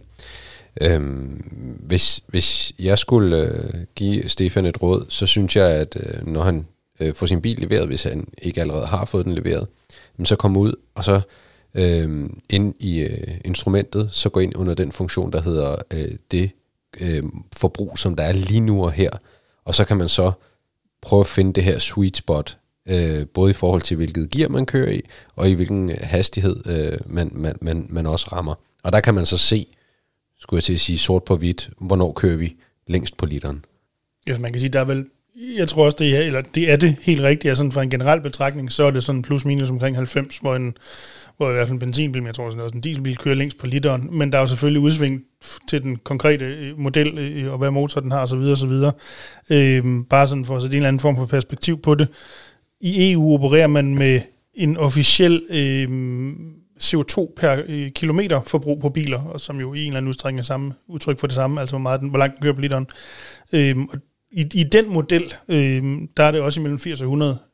Hvis jeg skulle give Stefan et råd, så synes jeg, at når han får sin bil leveret, hvis han ikke allerede har fået den leveret, så komme ud, og så ind i instrumentet, så gå ind under den funktion, der hedder det forbrug, som der er lige nu og her. Og så kan man så prøve at finde det her sweet spot, både i forhold til, hvilket gear man kører i, og i hvilken hastighed man også rammer. Og der kan man så se, skulle jeg til at sige sort på hvidt, hvornår kører vi længst på literen. Ja, man kan sige, der er vel, jeg tror også, det er det helt rigtigt, altså for en generel betragtning, så er det sådan plus minus omkring 90, hvor i hvert fald en benzinbil, men jeg tror også en dieselbil kører længst på literen, men der er jo selvfølgelig udsving til den konkrete model, og hvad motor den har, osv. Bare sådan for at sætte en eller anden form for perspektiv på det. I EU opererer man med en officiel CO2 per kilometer forbrug på biler, og som jo i en eller anden udstrækning er samme udtryk for det samme, altså hvor langt den kører på literen. Og i den model, der er det også imellem 80 og 100, at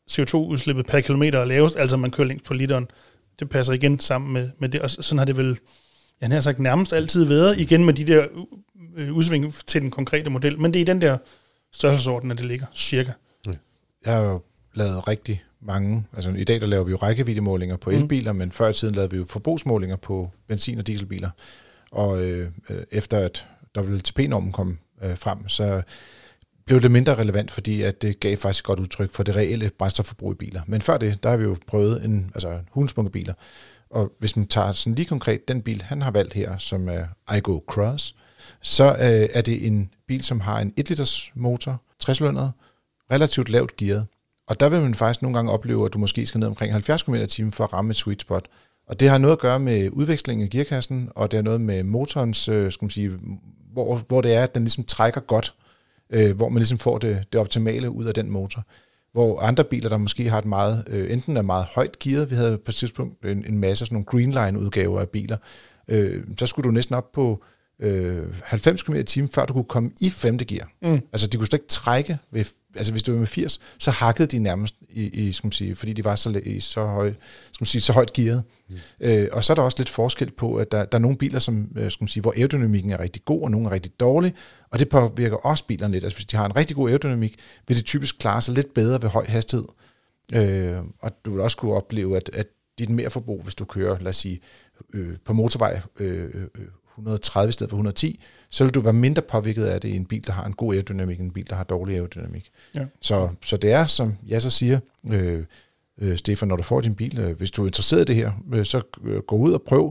CO2-udslippet per kilometer er lavest, altså man kører længst på literen. Det passer igen sammen med det, og sådan har det vel, jeg har sagt, nærmest altid været, igen med de der udsving til den konkrete model, men det er i den der størrelsesorden, at det ligger, cirka. Jeg har jo lavet rigtig mange, altså i dag der laver vi jo rækkeviddemålinger på elbiler, men før i tiden lavede vi jo forbrugsmålinger på benzin- og dieselbiler, og efter at WLTP-normen kom frem, så blev det mindre relevant, fordi at det gav faktisk godt udtryk for det reelle brændstofforbrug i biler. Men før det, der har vi jo prøvet en hulens biler. Og hvis man tager sådan lige konkret den bil, han har valgt her, som er Aygo Cross, så er det en bil, som har en 1-liters motor, 60-cylindret, relativt lavt gearet. Og der vil man faktisk nogle gange opleve, at du måske skal ned omkring 70 km/t for at ramme et sweet spot. Og det har noget at gøre med udvekslingen af gearkassen, og det har noget med motorens, skal man sige, hvor det er, at den ligesom trækker godt, hvor man ligesom får det optimale ud af den motor. Hvor andre biler, der måske har et meget, enten er meget højt gearet, vi havde på et tidspunkt en masse sådan nogle Greenline-udgaver af biler, så skulle du næsten op på 90 km/t, før du kunne komme i 5. gear. Altså, de kunne slet ikke trække ved, altså hvis du var med 80, så hakkede de nærmest skal man sige, fordi de var så højt gearet. Og så er der også lidt forskel på, at der er nogle biler, som, skal man sige, hvor aerodynamikken er rigtig god, og nogle er rigtig dårlig, og det påvirker også bilerne lidt. Altså, hvis de har en rigtig god aerodynamik, vil de typisk klare sig lidt bedre ved høj hastighed. Og du vil også kunne opleve, at dit merforbrug, hvis du kører, lad os sige, på motorvej 130 i stedet for 110, så vil du være mindre påvirket af det i en bil, der har en god aerodynamik, end en bil, der har dårlig aerodynamik. Ja. Så det er, som jeg så siger, Stefan, når du får din bil, hvis du er interesseret i det her, så gå ud og prøv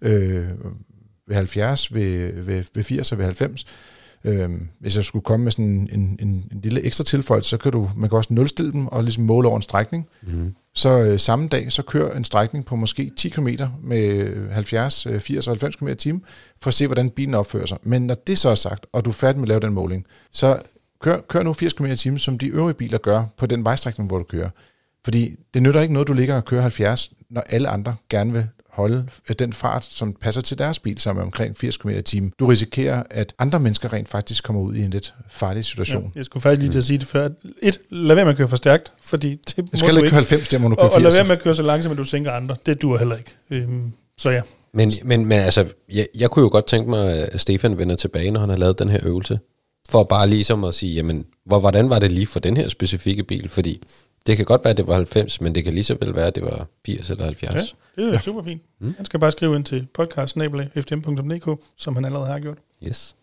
ved 70, ved 80 og ved 90. Hvis jeg skulle komme med sådan en lille ekstra tilføjelse, så man kan også nulstille dem og ligesom måle over en strækning. Så samme dag, så kører en strækning på måske 10 km med 70, 80 og 90 km/t, for at se, hvordan bilen opfører sig. Men når det så er sagt, og du er færdig med at lave den måling, så kør nu 80 km/t, som de øvrige biler gør på den vejstrækning, hvor du kører. Fordi det nytter ikke noget, du ligger og kører 70, når alle andre gerne vil holde den fart, som passer til deres bil, som er omkring 80 km/t. Du risikerer, at andre mennesker rent faktisk kommer ud i en lidt farlig situation. Ja, jeg skulle faktisk lige til at sige det før. Lad være med at køre for stærkt, fordi det må skal du ikke køre 90, der må du køre 80. Og lad være med at køre så langsomt, at du sænker andre. Det duer heller ikke. Så ja. Men altså, jeg kunne jo godt tænke mig, at Stefan vender tilbage, når han har lavet den her øvelse, for bare ligesom at sige, jamen, hvordan var det lige for den her specifikke bil? Fordi det kan godt være, at det var 90, men det kan lige så vel være, at det var 80 eller 70. Ja, det er super fint. Han skal bare skrive ind til podcast@fdm.dk, som han allerede har gjort. Yes.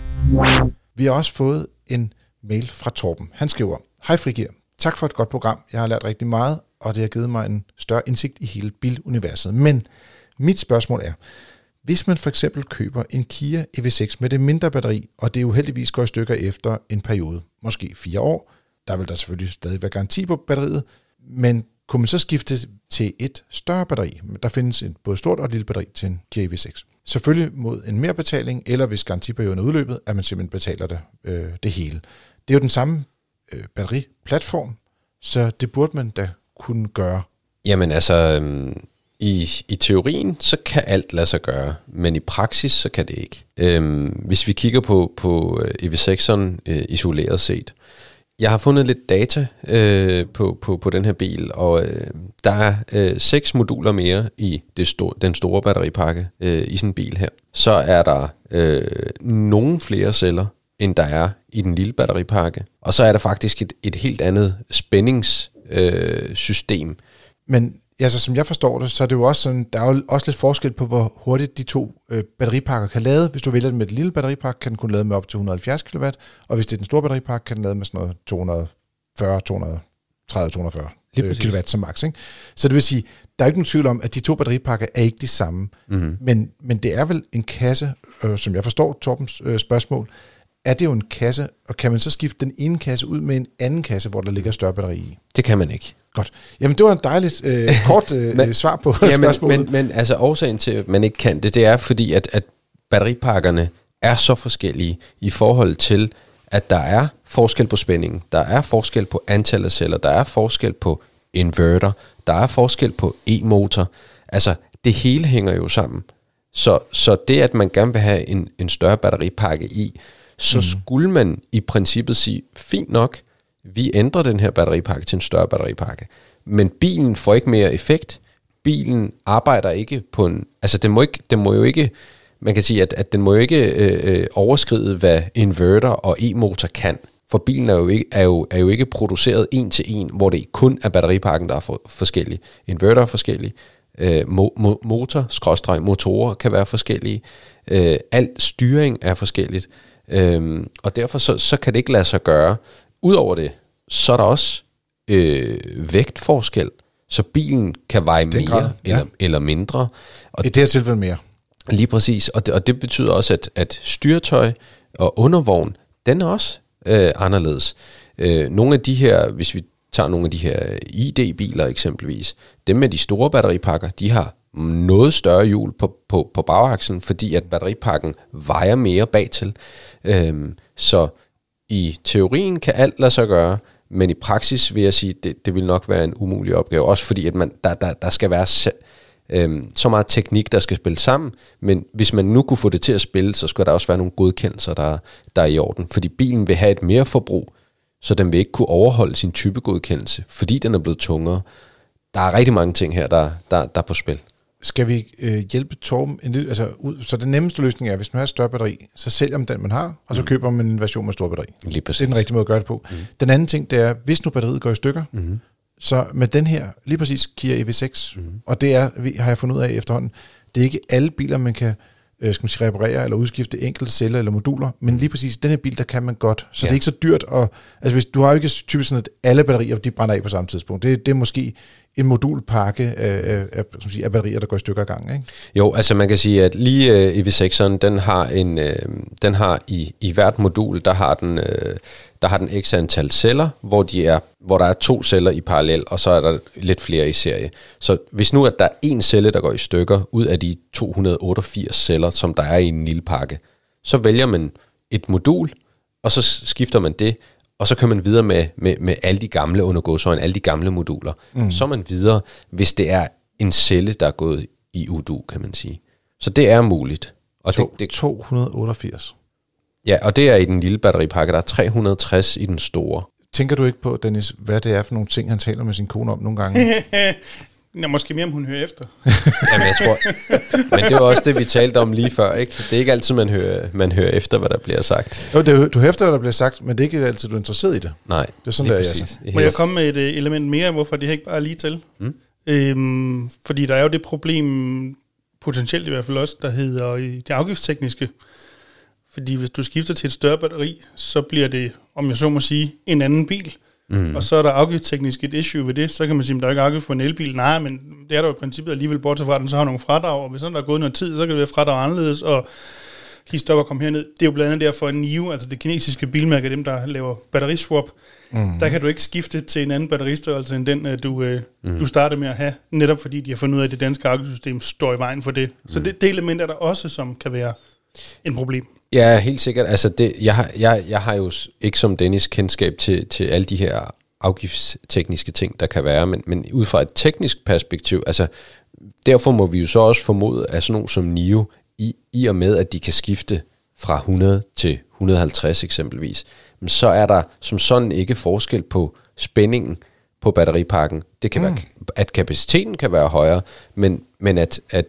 Vi har også fået en mail fra Torben. Han skriver: Hej Frigir, tak for et godt program. Jeg har lært rigtig meget, og det har givet mig en større indsigt i hele biluniverset. Men mit spørgsmål er, hvis man for eksempel køber en Kia EV6 med det mindre batteri, og det uheldigvis går i stykker efter en periode, måske 4 år, der vil der selvfølgelig stadig være garanti på batteriet, men kunne man så skifte til et større batteri? Der findes et både stort og et lille batteri til en Kia EV6. Selvfølgelig mod en merbetaling, eller hvis garantiperioden er udløbet, at man simpelthen betaler det hele. Det er jo den samme batteriplatform, så det burde man da kunne gøre. Jamen altså, i teorien, så kan alt lade sig gøre, men i praksis, så kan det ikke. Hvis vi kigger på EV6'eren isoleret set, jeg har fundet lidt data på den her bil, og der er 6 moduler mere i den store batteripakke i sådan en bil her. Så er der nogle flere celler, end der er i den lille batteripakke. Og så er der faktisk et helt andet spændingssystem. Men altså, som jeg forstår det, så er det jo også sådan, der er jo også lidt forskel på, hvor hurtigt de to batteripakker kan lade. Hvis du vælger den med et lille batteripakke, kan den kun lade med op til 170 kW, og hvis det er den store batteripakke, kan den lade med sådan noget 240, 230, 240 kW som maks. Ikke? Så det vil sige, der er ikke nogen tvivl om, at de to batteripakker er ikke de samme. Mm-hmm. Men det er vel en kasse, som jeg forstår Torbens spørgsmål, er det jo en kasse, og kan man så skifte den ene kasse ud med en anden kasse, hvor der ligger større batteri i? Det kan man ikke. Godt. Jamen, det var en dejligt kort svar på spørgsmålet. Men altså, årsagen til, at man ikke kan det, det er fordi, at batteripakkerne er så forskellige i forhold til, at der er forskel på spændingen, der er forskel på antallet af celler, der er forskel på inverter, der er forskel på e-motor. Altså, det hele hænger jo sammen. Så det, at man gerne vil have en større batteripakke i, så skulle man i princippet sige, fint nok, vi ændrer den her batteripakke til en større batteripakke. Men bilen får ikke mere effekt. Bilen arbejder ikke på en... Altså, den må jo ikke... Man kan sige, at den må jo ikke overskride, hvad inverter og e-motor kan. For bilen er jo ikke produceret en til en, hvor det kun er batteripakken, der er forskellige. Inverter er forskellige. Motorer kan være forskellige. Alt styring er forskelligt. Og derfor så kan det ikke lade sig gøre. Udover det, så er der også vægtforskel. Så bilen kan veje mere eller mindre. Og i det her tilfælde mere. Lige præcis. Og det betyder også, at styretøj og undervogn, den er også anderledes. Nogle af de her, hvis vi tager nogle af de her ID-biler eksempelvis, dem med de store batteripakker, de har noget større hjul på bagaksen, fordi at batteripakken vejer mere bagtil. Så i teorien kan alt lade sig gøre, men i praksis vil jeg sige, det vil nok være en umulig opgave. Også fordi, at der skal være så meget teknik, der skal spille sammen, men hvis man nu kunne få det til at spille, så skal der også være nogle godkendelser, der er i orden. Fordi bilen vil have et mere forbrug, så den vil ikke kunne overholde sin typegodkendelse, fordi den er blevet tungere. Der er rigtig mange ting her, der er på spil. Skal vi hjælpe Torben en lille, ud? Så den nemmeste løsning er, hvis man har et større batteri, så sælger man den, man har, og så køber man en version med stor batteri. Lige præcis. Det er den rigtige måde at gøre det på. Den anden ting, det er, hvis nu batteriet går i stykker, så med den her, lige præcis Kia EV6, og det har jeg fundet ud af efterhånden, det er ikke alle biler, man kan reparere eller udskifte enkelte celler eller moduler, men lige præcis den her bil, der kan man godt. Så det er ikke så dyrt, altså hvis du har jo ikke typisk sådan, at alle batterier, de brænder af på samme tidspunkt. Det er måske en modulpakke af batterier, der går i stykker ad gangen, ikke? Jo, altså man kan sige, at lige EV6'eren, den har i hvert modul, der har den x antal celler, hvor der er 2 celler i parallel, og så er der lidt flere i serie. Så hvis nu at der er en celle, der går i stykker ud af de 288 celler, som der er i en lille pakke, så vælger man et modul, og så skifter man det, og så kan man videre med alle de gamle undergåsøjne, alle de gamle moduler. Så er man videre, hvis det er en celle, der er gået i udu, kan man sige. Så det er muligt. Og det 288. Ja, og det er i den lille batteripakke. Der er 360 i den store. Tænker du ikke på, Dennis, hvad det er for nogle ting, han taler med sin kone om nogle gange? Ja, måske mere, om hun hører efter. Jamen, jeg tror... Men det var også det, vi talte om lige før, ikke? Det er ikke altid, man hører efter, hvad der bliver sagt. Jo, du hører efter, hvad der bliver sagt, men det er ikke altid, du er interesseret i det. Nej, det er sådan, det er. Må jeg komme med et element mere, hvorfor det her ikke bare er lige til? Fordi der er jo det problem, potentielt i hvert fald også, der hedder det afgiftstekniske. Fordi hvis du skifter til et større batteri, så bliver det, om jeg så må sige, en anden bil. Og så er der afgiftsteknisk et issue ved det. Så kan man sige, at der er ikke afgift på en elbil. Nej, men det er der jo i princippet alligevel, bortset fra, at den så har nogle fradrag. Og hvis der er gået noget tid, så kan det være fradrag anderledes. Og de stopper at komme herned. Det er jo blandt andet derfor, at NIO, altså det kinesiske bilmærke, dem der laver batteriswap, der kan du ikke skifte til en anden batteristørrelse end den, du starter med at have. Netop fordi de har fundet ud af, at det danske afgiftssystem står i vejen for det. Så det element er der også, som kan være en problem. Ja, helt sikkert. Altså jeg har jo ikke som Dennis kendskab til alle de her afgiftstekniske ting, der kan være, men ud fra et teknisk perspektiv, altså derfor må vi jo så også formode, at sådan nogle som NIO, i og med, at de kan skifte fra 100 til 150 eksempelvis, men så er der som sådan ikke forskel på spændingen på batteripakken. Det kan være, at kapaciteten kan være højere, men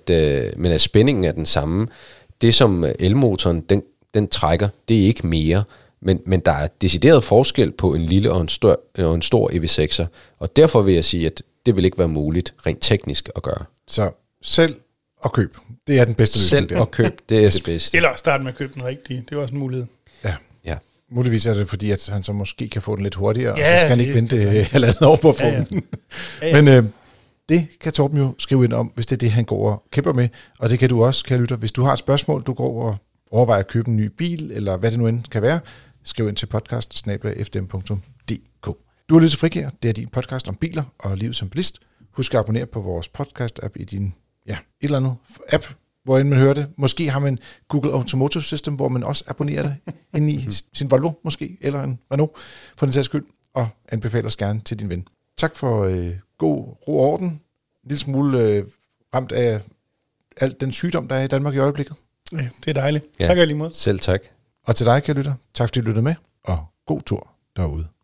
at spændingen er den samme. Det som elmotoren, den trækker, det er ikke mere, men der er decideret forskel på en lille og en stor EV6'er, og derfor vil jeg sige, at det vil ikke være muligt rent teknisk at gøre. Så selv og køb, det er den bedste løsning. Selv og køb, det er det bedste. Eller starte med at købe den rigtige, det er også en mulighed. Ja. Muligvis er det fordi, at han så måske kan få den lidt hurtigere, og så skal han ikke vente halvandet år på at få den. Men det kan Torben jo skrive ind om, hvis det er det, han går og kæmper med. Og det kan du også, kære lytter. Hvis du har et spørgsmål, du går og overvejer at købe en ny bil, eller hvad det nu end kan være, skriv ind til podcast@fdm.dk. Du har lyttet til Frikær. Det er din podcast om biler og livet som bilist. Husk at abonnere på vores podcast-app i din, et eller andet app, hvor man hører det. Måske har man Google Automotive System, hvor man også abonnerer det ind i sin Volvo, måske, eller en Renault, for den sags skyld, og anbefaler os gerne til din ven. Tak for god ro og orden. En lille smule ramt af alt den sygdom, der er i Danmark i øjeblikket. Ja, det er dejligt. Ja. Tak lige måde. Selv tak. Og til dig, kære lytter, tak fordi du lyttede med, og god tur derude.